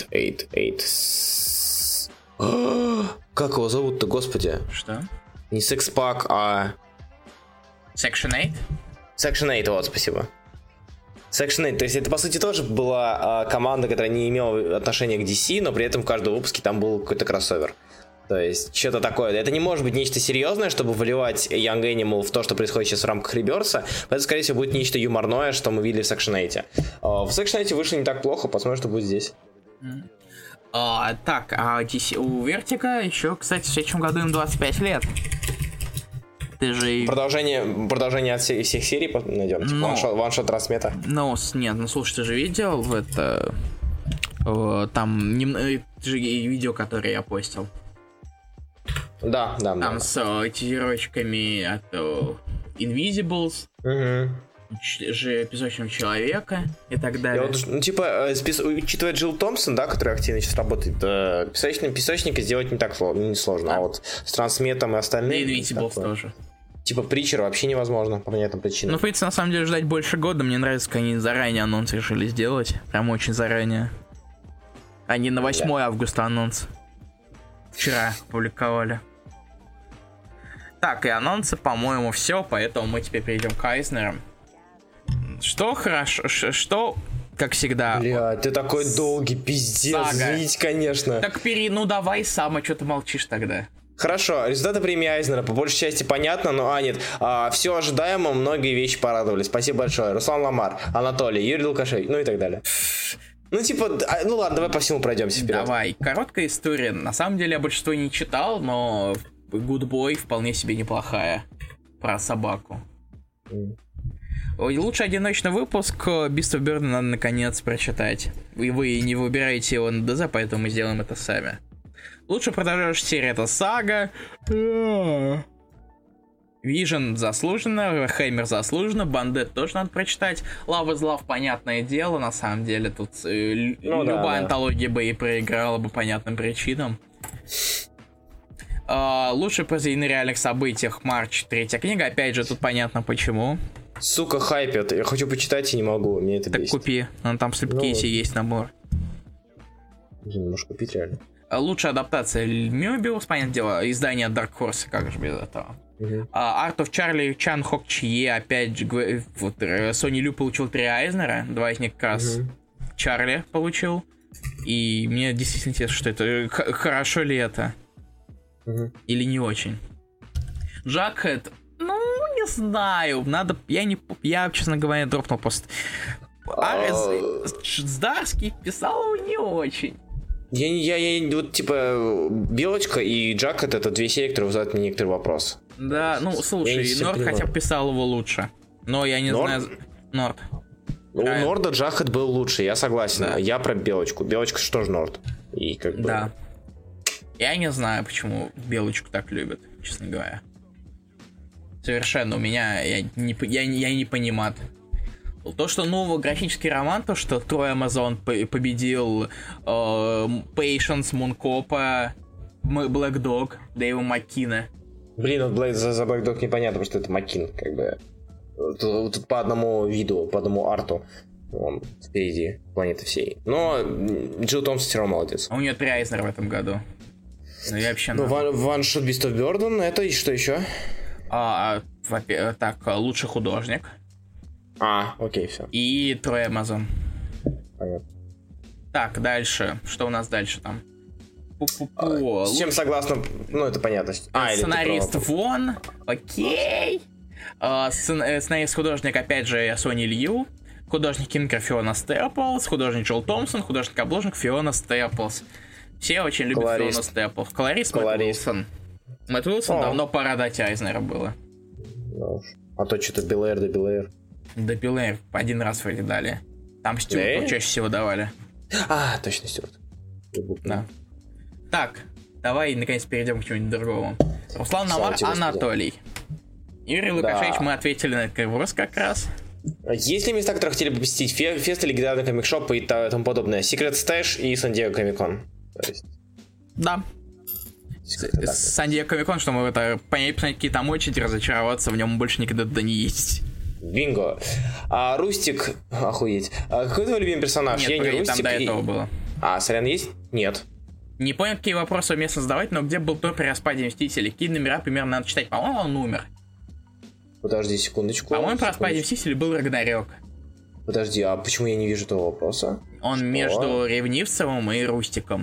8. Как его зовут-то, господи? Что? Не Sex Pack, а... Section 8? Section 8, вот, спасибо. Section 8, то есть это, по сути, тоже была команда, которая не имела отношения к DC, но при этом в каждом выпуске там был какой-то кроссовер. То есть, что-то такое. Это не может быть нечто серьезное, чтобы выливать Young Animal в то, что происходит сейчас в рамках Реберса. Это, скорее всего, будет нечто юморное, что мы видели в Section 8. В Section 8 вышло не так плохо, посмотрим, что будет здесь. Так, DC, у Вертика еще, кстати, в следующем году им 25 лет. Ты же... Продолжение от всех серий найдем? Типа ваншот Трансмета? Нет, слушай, ты же видел там ты же видео, которое я постил. Да. Там с тизерочками от Invisibles. Песочного человека и так далее. Учитывая Джилл Томпсон, да, который активно сейчас работает, песочника сделать не так сложно, да. А вот с Трансметом и остальными... И Invisibles тоже. Типа Притчера вообще невозможно, по понятным причинам. В принципе, на самом деле, ждать больше года. Мне нравится, как они заранее анонс решили сделать. Прям очень заранее. Они на 8 августа анонс. Вчера публиковали. Так, и анонсы, по-моему, все, поэтому мы теперь перейдем к Айзнерам. Что хорошо, что, как всегда... Бля, ты такой долгий, пиздец, извините, конечно. Так давай сам, а что ты молчишь тогда? Хорошо, результаты премии Айзнера по большей части понятно, но все ожидаемо, многие вещи порадовали. Спасибо большое. Руслан Ламар, Анатолий, Юрий Лукашевич, ну и так далее. Ладно, давай по всему пройдемся вперед. Давай, короткая история. На самом деле я большинство не читал, но Good Boy вполне себе неплохая. Про собаку. Лучший одиночный выпуск Beast of Burden надо наконец прочитать. И вы не выбираете его на ДЗ, поэтому мы сделаем это сами. Лучшая продолжающая серия — это Сага. Vision заслуженно, Хеймер заслуженно, Бандет тоже надо прочитать. Love is Love, понятное дело, на самом деле тут любая антология бы и проиграла бы понятным причинам. Лучшее произведение на реальных событиях Марч, 3-я книга, опять же тут понятно почему. Сука, хайпят, я хочу почитать и не могу, мне это бесит. Так купи, там в слепкейсе есть набор. Не можешь купить реально. Лучшая адаптация Мёбиус, понятное дело, издание Dark Horse, как же без этого. Art of Charlie, Чан Хок Чье, опять же, вот, Сони Лю получил 3 Айзнера, 2 из них как раз Чарли получил. И мне действительно интересно, что это, хорошо ли это, или не очень. Джакхед, ну, не знаю, надо, я, честно говоря, дропнул просто. Здарский писал его не очень. Я вот, типа, Белочка и Джакхед — это 2 серии, которые вызывают мне некоторые вопросы. Да, ну, слушай, Норд хотя бы писал его лучше. Но я не знаю... Норд. У Норда Джакхед был лучше, я согласен. Да. Я про Белочку. Белочка что же Норд? И как бы... Да. Я не знаю, почему Белочку так любят, честно говоря. Совершенно у меня... Я не понимаю. То, что новый графический роман, то, что Трой Амазон победил Patience, Мункопа, Black Dog, Дэйва Маккина. Блин, вот за Black Dog непонятно, потому что это Маккин, как бы. Тут по одному виду, по одному арту он впереди планеты всей. Но Джилл Томпсон все равно молодец. А у нее 3 Айзнера в этом году. Ну, я вообще... One Shot Beast of Burden, это и что еще? Так, лучший художник. Окей, все. И Трой Амазон. Понятно. Так, дальше. Что у нас дальше там? С чем согласна? Ну, это понятно. Сценарист Вон. Окей. Сценарист-художник, опять же, Сони Лью. Художник Кинкер Фиона Степлс. Художник Джилл Томпсон. Художник-обложник Фиона Степлс. Все очень любят Фиону Степлс. Колорист Мэтт Уилсон. Мэтт Уилсон давно пора дать Айзнера было. А то что-то Белэйр. Да Белэйр 1 раз вроде дали. Там Стюарту чаще всего давали. Точно, Стюарт. Да. Так, давай наконец перейдем к чему-нибудь другому. Руслан Навар, Анатолий. Юрий Лукашевич, мы ответили на этот вопрос как раз. Есть ли места, которые хотели бы посетить? Фесты, легендарный комик-шоп и тому подобное? Secret Stash и Сан-Диего Комик-Кон. Да. Сан-Диего Комик-Кон, что мы это понять, какие там очереди, разочароваться, в нем больше никогда туда не ездить. Бинго. Рустик, охуеть. Какой твой любимый персонаж? Нет, я не Рустик. Там до этого было. Сорян есть? Нет. Не понял, какие вопросы уместно задавать, но где был Тор при распаде Мстителей? Какие номера примерно надо читать? По-моему, он умер. Подожди секундочку. По-моему, при распаде Мстителей был Рагнарёк. Подожди, а почему я не вижу этого вопроса? Он между Ревнивцевым и Рустиком.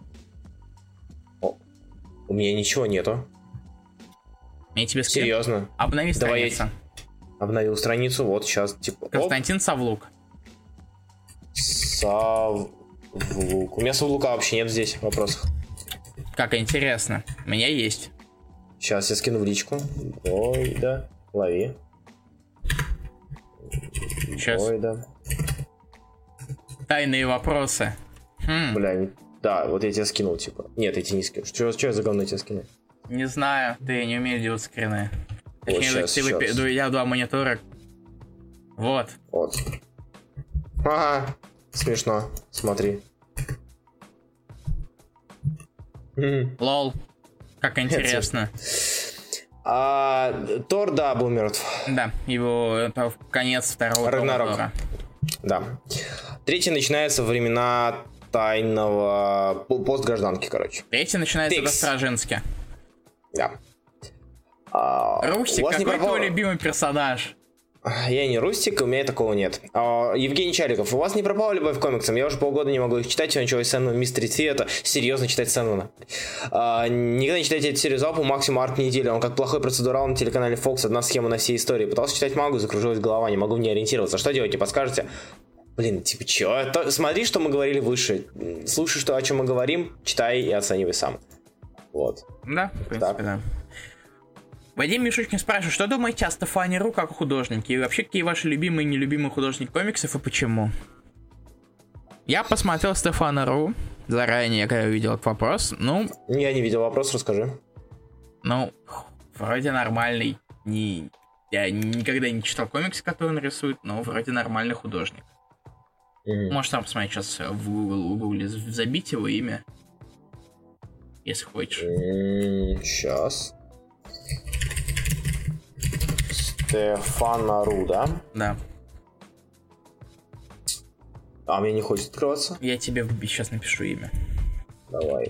У меня ничего нету. Я тебе скину. Серьезно? Обнови страницу. Обновил страницу, вот сейчас, типа... Константин Савлук. Савлук. У меня Савлука вообще нет здесь в вопросах. Как интересно. У меня есть. Сейчас я скину в личку. Ой, да. Лови. Сейчас. Ой, да. Тайные вопросы. Бля, да, вот я тебе скинул, типа. Нет, я тебе не скину. Что я за говно тебе скину? Не знаю, ты не умеешь делать скрины. Точнее, вот сейчас. Я 2 монитора. Вот. Ага, смешно. Смотри. Лол. Как интересно. Тор, да, был мертв. Да, его это конец второго Рагнарёка. Да. 3 начинается времена тайного постгражданки, короче. 3 начинается до Стражински. Да. Рустик, какой твой любимый персонаж? Я не Рустик, у меня такого нет. Евгений Чаликов, у вас не пропала любовь к комиксам? Я уже полгода не могу их читать, я начал из Сэнмана Мистери Цвета. Серьезно читать Сэнмана. Никогда не читайте эту серию залпом, максимум арк недели. Он как плохой процедурал на телеканале Fox, одна схема на всей истории. Пытался читать мангу, закружилась голова, не могу в ней ориентироваться. Что делать, не подскажете? Блин, типа, чё? Смотри, что мы говорили выше. Слушай, о чем мы говорим, читай и оценивай сам. Вот. Да, в принципе, да. Вадим Мишучкин спрашивает, что думаете о Стефане Ру как художнике? И вообще, какие ваши любимые и нелюбимые художники комиксов и почему? Я посмотрел Стефана Ру заранее, когда увидел этот вопрос. Я не видел вопрос, расскажи. Вроде нормальный. Я никогда не читал комиксы, которые он рисует, но вроде нормальный художник. Можешь сам посмотреть сейчас в Google забить его имя. Если хочешь. Сейчас. Стефана Ру, да? Да. Мне не хочет открываться? Я тебе сейчас напишу имя. Давай.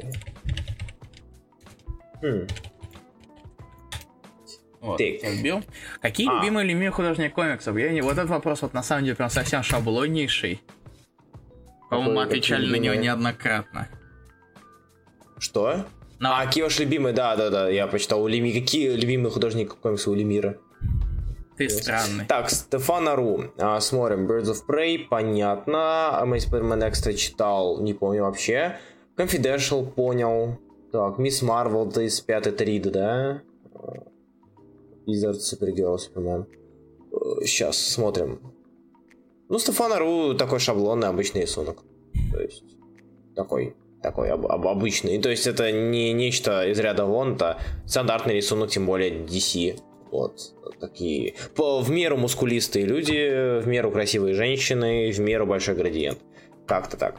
Вот, я вбил. Какие любимые художники комиксов? Вот этот вопрос вот на самом деле прям совсем шаблоннейший. По-моему, мы отвечали на него неоднократно. Что? Какие ваши любимые? Да, я почитал. Какие любимые художники комиксов у Лемира? Ты странный. Так, Стефана Ру. Смотрим. Birds of Prey, понятно. Amazing Spider-Man Extra читал, не помню вообще. Confidential, понял. Так, Мисс Марвел, то есть 5-й рид, да? Wizard, Supergirl, Superman. Сейчас, смотрим. Ну, Стефана Ру такой шаблонный, обычный рисунок. То есть, такой обычный. То есть, это не нечто из ряда вон, это стандартный рисунок, тем более DC. Вот, такие в меру мускулистые люди, в меру красивые женщины, в меру большой градиент. Как-то так.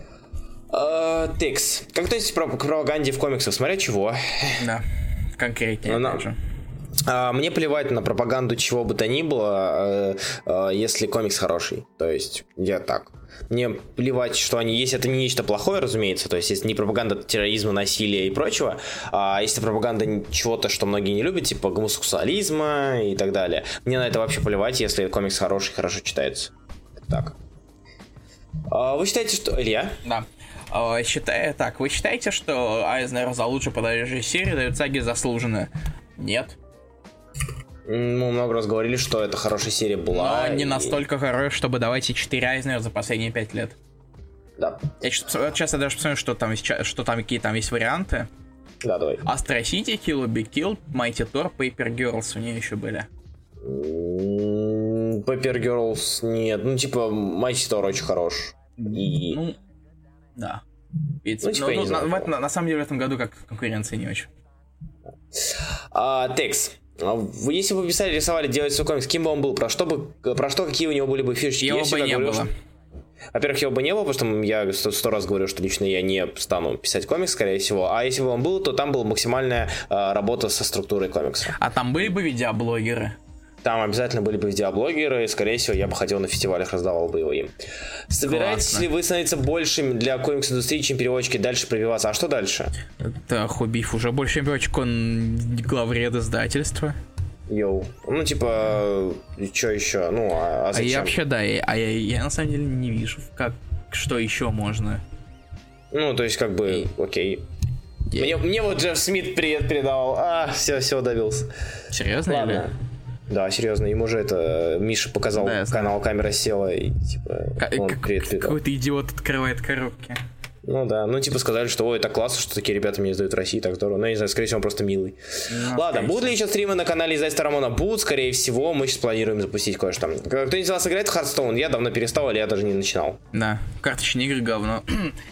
Текс. Как относитесь к пропаганде в комиксах? Смотря чего? Да, конкретнее, опять же. Мне плевать на пропаганду чего бы то ни было, если комикс хороший. То есть, я так. Мне плевать, что они есть. Это не нечто плохое, разумеется. То есть, если не пропаганда терроризма, насилия и прочего, а если пропаганда чего-то, что многие не любят, типа гомосексуализма и так далее. Мне на это вообще плевать, если комикс хороший, хорошо читается. Так. Вы считаете, что... Илья? Да. Вы считаете, что Айзнер за лучшую подачу серии дает саге заслуженно? Нет. Мы много раз говорили, что это хорошая серия была. Но не настолько хорошая, чтобы давать и 4 Айзнера за последние 5 лет. Да. Я сейчас даже посмотрю, что там какие там есть варианты. Да, давай. Astro City, Kill or Be Killed, Mighty Thor, Paper Girls у нее еще были. Paper Girls нет. Ну, типа, Mighty Thor очень хорош. И... Ну, да. На самом деле в этом году как конкуренции не очень. Текс. Если бы писали, рисовали, делали свой комикс, кем бы он был? Про что, какие у него были бы фишечки? Его бы не было. Во-первых, его бы не было, потому что я 100 раз говорю, что лично я не стану писать комикс, скорее всего. А если бы он был, то там была максимальная работа со структурой комикса. А там были бы видеоблогеры? Там обязательно были бы видеоблогеры, и, скорее всего, я бы ходил на фестивалях, раздавал бы его им. Собираетесь ли вы становиться большим для комикс-индустрии, чем переводчики, дальше пробиваться? А что дальше? Да, Хоббиф уже больше, чем переводчик, он главред издательства. Йоу. Ну, типа, что еще? Ну, а зачем? Я вообще, да, я на самом деле не вижу, что еще можно. Ну, то есть, как бы, окей. Мне вот Джефф Смит привет передавал. Все, добился. Серьезно? Ладно. Или? Да, серьезно, ему же это Миша показал, да, канал «Камера села» и типа он привет передал. Какой-то идиот открывает коробки. Ну да, ну типа сказали, что ой, так классно, что такие ребята мне издают в России, так здорово. Ну, я не знаю, скорее всего, он просто милый. Ладно, будут ли еще стримы на канале издательства Рамона? Будут, скорее всего, мы сейчас планируем запустить кое-что. Кто-нибудь из вас играет в Hearthstone? Я давно перестал, или я даже не начинал. Да, карточные игры говно.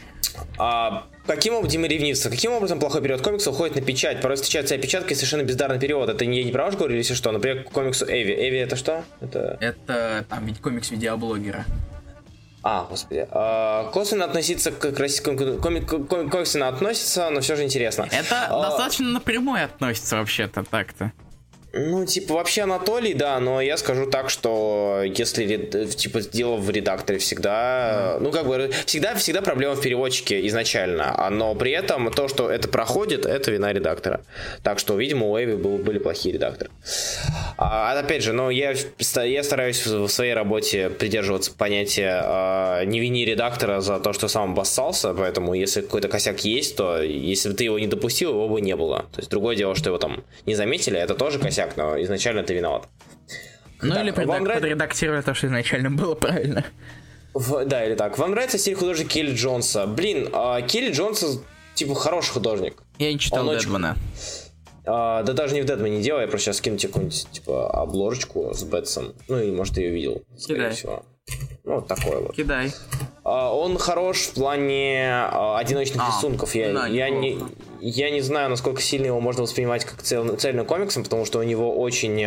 Каким образом ревнивство? Каким образом плохой перевод комикса уходит на печать? Порой встречаются опечатки и совершенно бездарный перевод. Это не про ваш говорю или что? Например, к комиксу Эви. Эви это что? Это там ведь комикс видеоблогера. Господи. Косвенно относиться к российскому косвенно относится, но все же интересно. Это достаточно напрямую относится вообще-то так-то. Ну, типа, вообще Анатолий, да, но я скажу так, что если, типа, дело в редакторе всегда, ну, как бы, всегда проблема в переводчике изначально, но при этом то, что это проходит, это вина редактора. Так что, видимо, у Эви были плохие редакторы. Опять же, но я стараюсь в своей работе придерживаться понятия не вини редактора за то, что сам обоссался, поэтому если какой-то косяк есть, то если бы ты его не допустил, его бы не было. То есть другое дело, что его там не заметили, это тоже косяк, но изначально ты виноват. Ну так, или подредактировали то, что изначально было правильно. Да, или так. Вам нравится стиль художника Келли Джонса? Блин, Келли Джонса, типа, хороший художник. Я не читал Дэдмана. Да даже не в Дэдмане дело, я просто сейчас скину тебе какую-нибудь, типа, обложечку с Бэтсом. Ну, и, может, ты ее видел, скорее всего. Ну, вот такое вот. Кидай. Он хорош в плане одиночных рисунков. Я не знаю, насколько сильно его можно воспринимать как цельным комиксом, потому что у него очень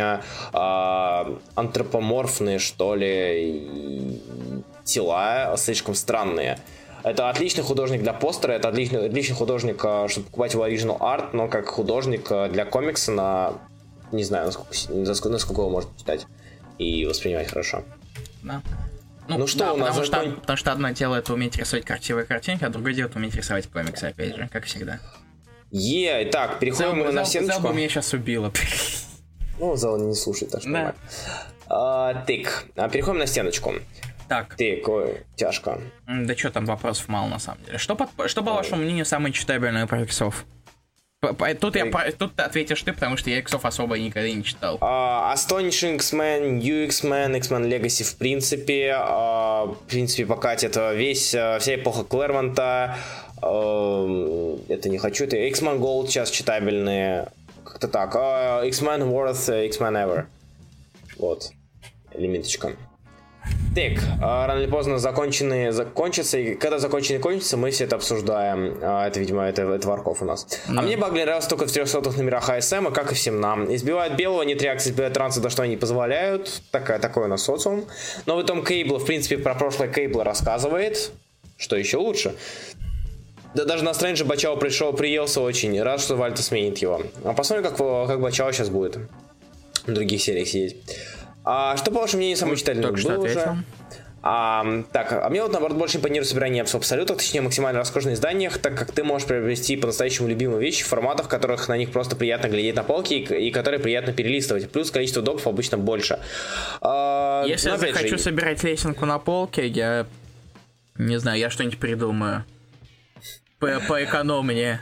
антропоморфные, что ли, тела, слишком странные. Это отличный художник для постера, это отличный художник, чтобы покупать его оригинал арт, но как художник для комикса не знаю, насколько его можно читать и воспринимать хорошо. Да. Ну что да, у нас потому что одно дело это уметь рисовать красивые картинки, а другое дело это уметь рисовать комиксы, опять же, как всегда. Так, переходим мы на стеночку. Зал бы меня сейчас убило. Ну, зал не слушает, так что нормально. Переходим на стеночку. Так. Тяжко. Да что там, вопросов мало на самом деле. Что по вашему мнению, самое читабельное про иксов? Тут ответишь ты, потому что я иксов особо никогда не читал. Astonishing X-Men, New X-Men, X-Men Legacy в принципе покатит вся эпоха Клэрмонта. Это не хочу, это X-Men Gold сейчас читабельные. Как-то так. X-Men Worth, X-Men Ever. Вот. Лимиточка. Так, рано или поздно закончится, и когда кончится, мы все это обсуждаем. Это, видимо, это Варков у нас. А мне Багли нравился только в 300-х номерах АСМ, как и всем нам. Избивают белого, нет реакции, избивают транса, да что они позволяют. Такой у нас социум. Но в этом Кейбла, в принципе, про прошлое Кейбла рассказывает. Что еще лучше. Да даже на Стрэнджа Бачао приелся очень. Рад, что Вальта сменит его. А посмотрим, как Бачао сейчас будет в других сериях сидеть. Что, по вашему мнению, самое читательное было уже? Мне вот, наоборот, больше импонирует собирание в абсолютах, точнее, максимально роскошных изданиях, так как ты можешь приобрести по-настоящему любимые вещи в форматах, в которых на них просто приятно глядеть на полке и которые приятно перелистывать. Плюс количество допов обычно больше. Если я захочу собирать лесенку на полке, я не знаю, я что-нибудь придумаю. Поэкономнее.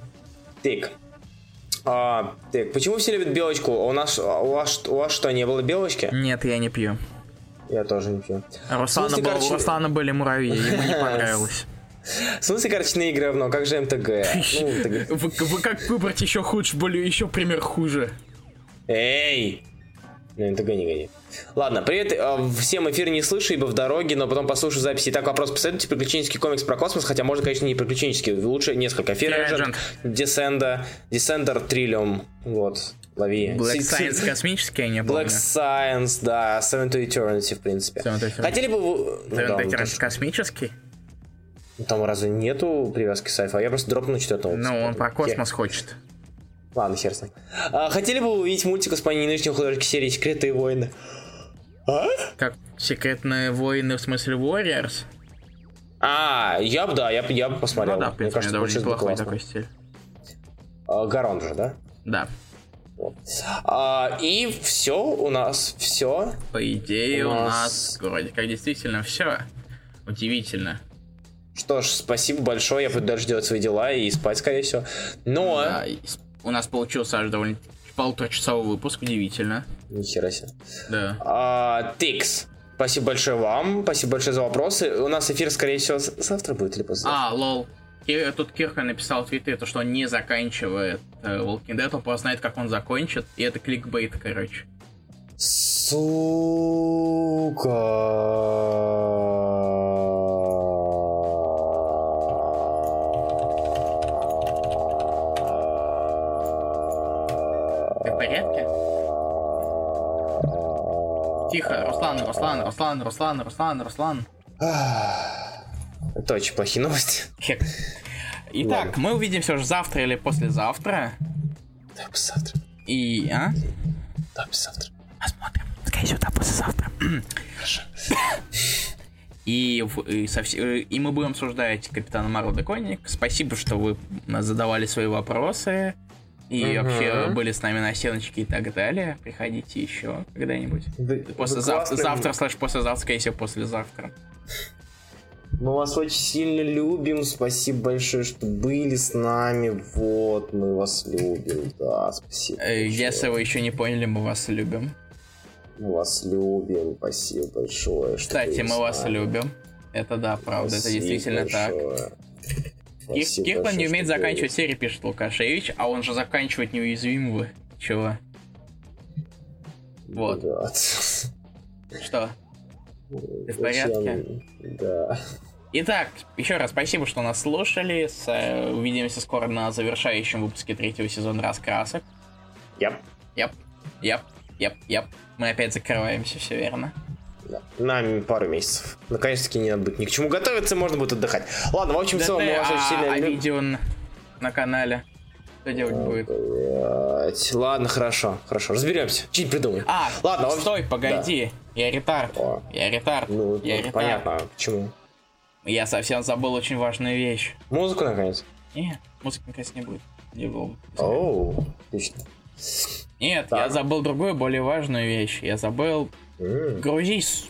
Так, почему все любят белочку? У вас что, не было белочки? Нет, я не пью. Я тоже не пью. У Руслана были муравьи, ему не понравилось. В смысле карточные игры равно, как же МТГ? Вы как выбрать еще худше, еще пример хуже? Эй! МТГ не гони. Ладно, привет всем, эфир не слышу, ибо в дороге, но потом послушаю записи. Итак, вопрос: посоветуйте приключенческий комикс про космос, хотя можно, конечно, не приключенческий, лучше несколько. Fear Agent, Descender, Trillium, вот, лови. Black Science космический, я не помню. Black Science, да, Seven to Eternity, в принципе. Хотели бы вы... Seven to Eternity космический? Там разве нету привязки к sci-fi? Я просто дропну 4-го. Ну, он про космос хочет. Ладно, хер с ним. Хотели бы вы увидеть мультик о исполнении нынешнего художника серии «Секретные войны»? Как «Секретные войны» в смысле Warriors? Я бы посмотрел. Ну да, в принципе, довольно неплохой такой стиль. Гарон же, да? Да. Вот. И все, у нас все. По идее, у нас вроде как действительно все. Удивительно. Что ж, спасибо большое, я буду дальше делать свои дела и спать, скорее всего. Но... Да, у нас получился аж довольно полуторачасовой выпуск, удивительно. Нихера себе. Да. Тикс, спасибо большое вам, спасибо большое за вопросы. У нас эфир, скорее всего, завтра будет или послезавтра? Лол. Тут Кирка написал в твиттере, что он не заканчивает Walking Dead, он просто знает, как он закончит, и это кликбейт, короче. Сука. Ты в порядке? Тихо, Руслан. Это очень плохие новости. Итак, мы увидимся уже завтра или послезавтра. Да, послезавтра. Да, послезавтра. Посмотрим. Скорее всего, да, послезавтра. Хорошо. И мы будем обсуждать Капитана Марвел Деконик. Спасибо, что вы задавали свои вопросы. И вообще были с нами на стеночке и так далее. Приходите еще когда-нибудь. Завтра /послезавтра, скорее всего, послезавтра. Мы вас очень сильно любим. Спасибо большое, что были с нами. Вот, мы вас любим. Да, спасибо. Если вы еще не поняли, мы вас любим. Мы вас любим. Спасибо большое. Кстати, мы вас любим. Это да, правда, это действительно так. Кирклан не умеет заканчивать серии, пишет Лукашевич, а он же заканчивает неуязвимого. Чего? Вот. Что? Ты в порядке? Да. Итак, еще раз спасибо, что нас слушали. Увидимся скоро на завершающем выпуске 3-го сезона «Раскрасок». Яп. Мы опять закрываемся, все верно. Да. На пару месяцев. Наконец-таки не надо будет ни к чему готовиться, можно будет отдыхать. Ладно, в общем, все, мы вас очень сильно любим. Видео на канале что делать будет? Ладно, хорошо, разберемся. Чуть придумаем. Ладно, стой, погоди. Я ретард. Ну, понятно, почему. Я совсем забыл очень важную вещь. Музыку, наконец? Нет, музыки, наконец, не будет. Оу, отлично. Нет, так. Я забыл другую, более важную вещь. Я забыл... Грузись.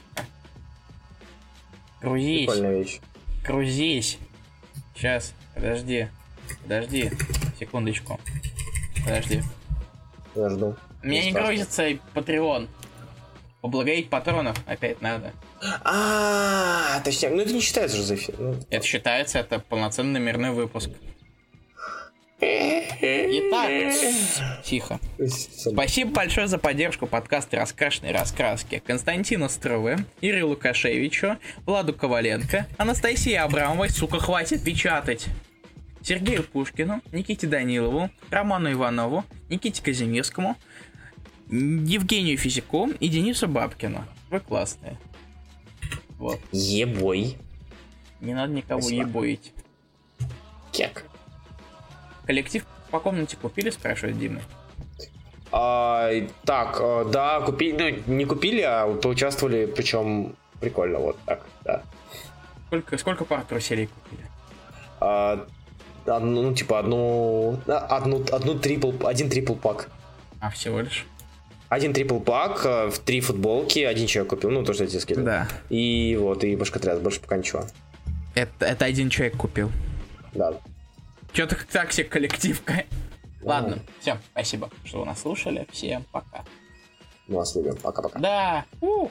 Прикольная вещь. Грузись. Сейчас, подожди, секундочку. Подожди. Я жду. У меня не грузится Patreon. Поблагодарить патронов опять надо. Точнее, ну это не считается же за эфир. Это считается, это полноценный номерной выпуск. Итак, тихо. Спасибо большое за поддержку подкаста «Раскрашенные раскраски» Константину Строве, Ире Лукашевичу, Владу Коваленко, Анастасии Абрамовой, сука, хватит печатать, Сергею Пушкину, Никите Данилову, Роману Иванову, Никите Казимирскому, Евгению Физику и Денису Бабкину. Вы классные. Вот. Ебой. Не надо никого ебоить. Кек. Коллектив по комнате купили, спрашивает Дима. Да, купили, ну, не купили, а поучаствовали, причем прикольно, вот так, да. Сколько пар труселей купили? Один трипл пак. Всего лишь? Один трипл пак, в 3 футболки, один человек купил, ну то, что я тебе скинул. Да. И вот, и башкотряс, больше пока ничего. Это один человек купил. Да. Чё-то как так себе коллективка. Ладно, все, спасибо, что вы нас слушали. Всем пока. Мы вас любим. Пока-пока. Да.